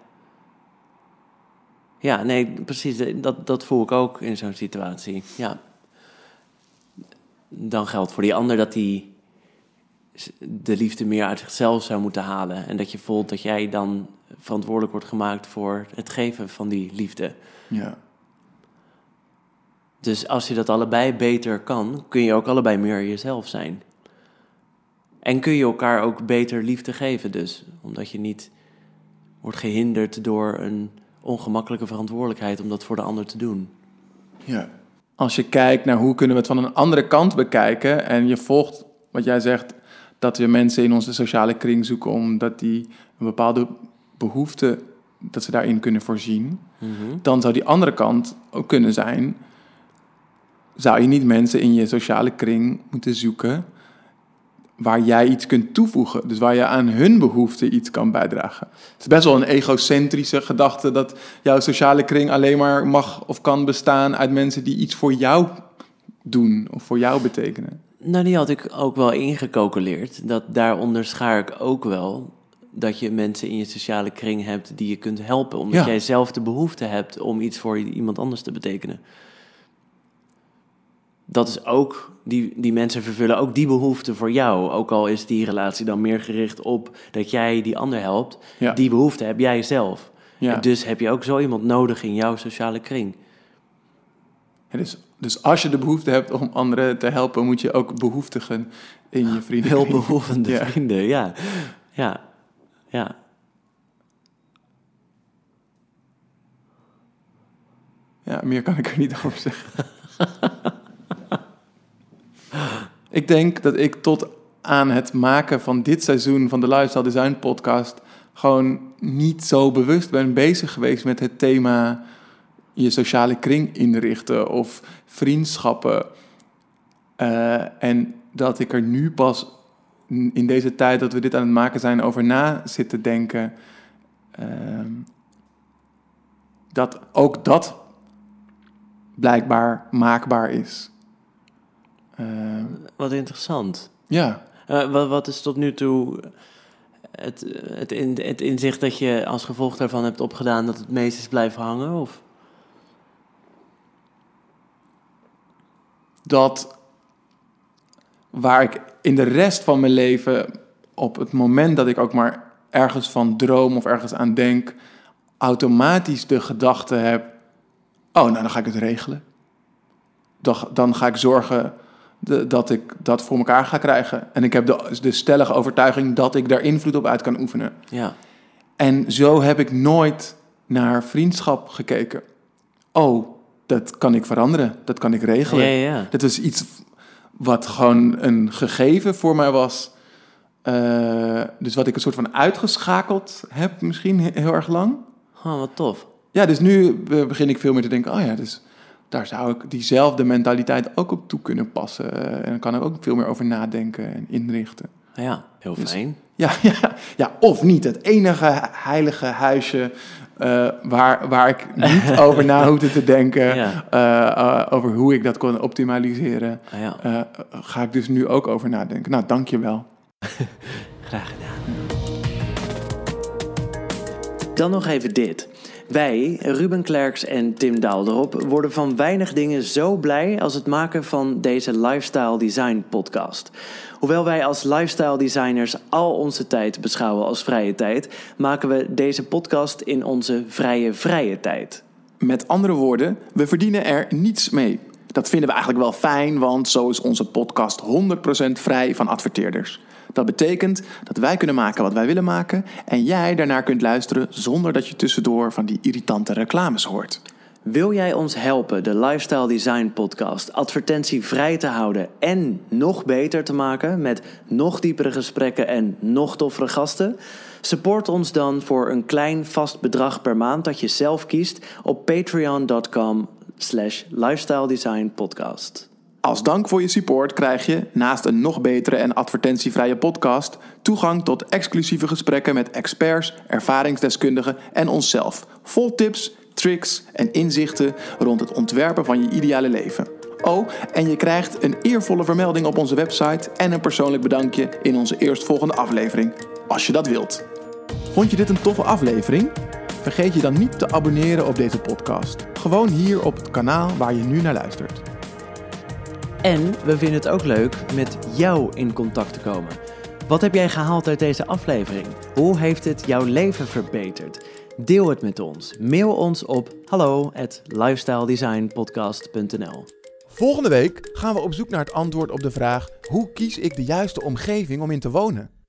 nee, precies. Dat voel ik ook in zo'n situatie. Ja. Dan geldt voor die ander dat hij de liefde meer uit zichzelf zou moeten halen. En dat je voelt dat jij dan verantwoordelijk wordt gemaakt voor het geven van die liefde.
Ja.
Dus als je dat allebei beter kan, kun je ook allebei meer jezelf zijn. En kun je elkaar ook beter liefde geven dus. Omdat je niet wordt gehinderd door een ongemakkelijke verantwoordelijkheid om dat voor de ander te doen.
Ja. Als je kijkt naar hoe kunnen we het van een andere kant bekijken en je volgt wat jij zegt, dat we mensen in onze sociale kring zoeken omdat die een bepaalde behoefte, dat ze daarin kunnen voorzien, dan zou die andere kant ook kunnen zijn, zou je niet mensen in je sociale kring moeten zoeken waar jij iets kunt toevoegen. Dus waar je aan hun behoefte iets kan bijdragen. Het is best wel een egocentrische gedachte dat jouw sociale kring alleen maar mag of kan bestaan uit mensen die iets voor jou doen of voor jou betekenen.
Nou, die had ik ook wel ingecalculeerd. Daaronder schaar ik ook wel dat je mensen in je sociale kring hebt die je kunt helpen. Omdat jij zelf de behoefte hebt om iets voor iemand anders te betekenen. Dat is ook, die mensen vervullen ook die behoefte voor jou. Ook al is die relatie dan meer gericht op dat jij die ander helpt. Ja. Die behoefte heb jij zelf. Ja. Dus heb je ook zo iemand nodig in jouw sociale kring.
Ja, dus als je de behoefte hebt om anderen te helpen, moet je ook behoeftigen in je vriendenkring.
Hulpbehoevende vrienden, ja.
Ja, meer kan ik er niet over zeggen. Ik denk dat ik tot aan het maken van dit seizoen van de Lifestyle Design podcast gewoon niet zo bewust ben bezig geweest met het thema je sociale kring inrichten of vriendschappen. En dat ik er nu pas in deze tijd dat we dit aan het maken zijn over na zitten denken. Dat ook dat blijkbaar maakbaar is.
Wat interessant.
Ja.
Wat is tot nu toe het inzicht dat je als gevolg daarvan hebt opgedaan dat het meest is blijven hangen? Of?
Dat waar ik in de rest van mijn leven, op het moment dat ik ook maar ergens van droom of ergens aan denk, automatisch de gedachte heb, oh, nou dan ga ik het regelen. Dan ga ik zorgen dat ik dat voor elkaar ga krijgen. En ik heb de stellige overtuiging dat ik daar invloed op uit kan oefenen.
Ja.
En zo heb ik nooit naar vriendschap gekeken. Oh, dat kan ik veranderen. Dat kan ik regelen.
Ja.
Dat is iets wat gewoon een gegeven voor mij was. Dus wat ik een soort van uitgeschakeld heb misschien heel erg lang.
Oh, wat tof.
Ja, dus nu begin ik veel meer te denken, oh ja, dus daar zou ik diezelfde mentaliteit ook op toe kunnen passen. En dan kan ik ook veel meer over nadenken en inrichten.
Ja, heel fijn.
Dus, ja, of niet. Het enige heilige huisje waar ik niet over na hoefde te denken, over hoe ik dat kon optimaliseren, ga ik dus nu ook over nadenken. Nou, dank je wel.
Graag gedaan. Dan nog even dit. Wij, Ruben Klerks en Tim Daalderop, worden van weinig dingen zo blij als het maken van deze Lifestyle Design podcast. Hoewel wij als lifestyle designers al onze tijd beschouwen als vrije tijd, maken we deze podcast in onze vrije tijd.
Met andere woorden, we verdienen er niets mee. Dat vinden we eigenlijk wel fijn, want zo is onze podcast 100% vrij van adverteerders. Dat betekent dat wij kunnen maken wat wij willen maken en jij daarnaar kunt luisteren zonder dat je tussendoor van die irritante reclames hoort.
Wil jij ons helpen de Lifestyle Design podcast advertentievrij te houden en nog beter te maken met nog diepere gesprekken en nog toffere gasten? Support ons dan voor een klein vast bedrag per maand dat je zelf kiest op patreon.com/lifestyledesign. www.lifestyle design podcast.
Als dank voor je support krijg je, naast een nog betere en advertentievrije podcast, toegang tot exclusieve gesprekken met experts, ervaringsdeskundigen en onszelf. Vol tips, tricks en inzichten rond het ontwerpen van je ideale leven. Oh, en je krijgt een eervolle vermelding op onze website en een persoonlijk bedankje in onze eerstvolgende aflevering, als je dat wilt. Vond je dit een toffe aflevering? Vergeet je dan niet te abonneren op deze podcast. Gewoon hier op het kanaal waar je nu naar luistert.
En we vinden het ook leuk met jou in contact te komen. Wat heb jij gehaald uit deze aflevering? Hoe heeft het jouw leven verbeterd? Deel het met ons. Mail ons op hallo@lifestyledesignpodcast.nl.
Volgende week gaan we op zoek naar het antwoord op de vraag: hoe kies ik de juiste omgeving om in te wonen?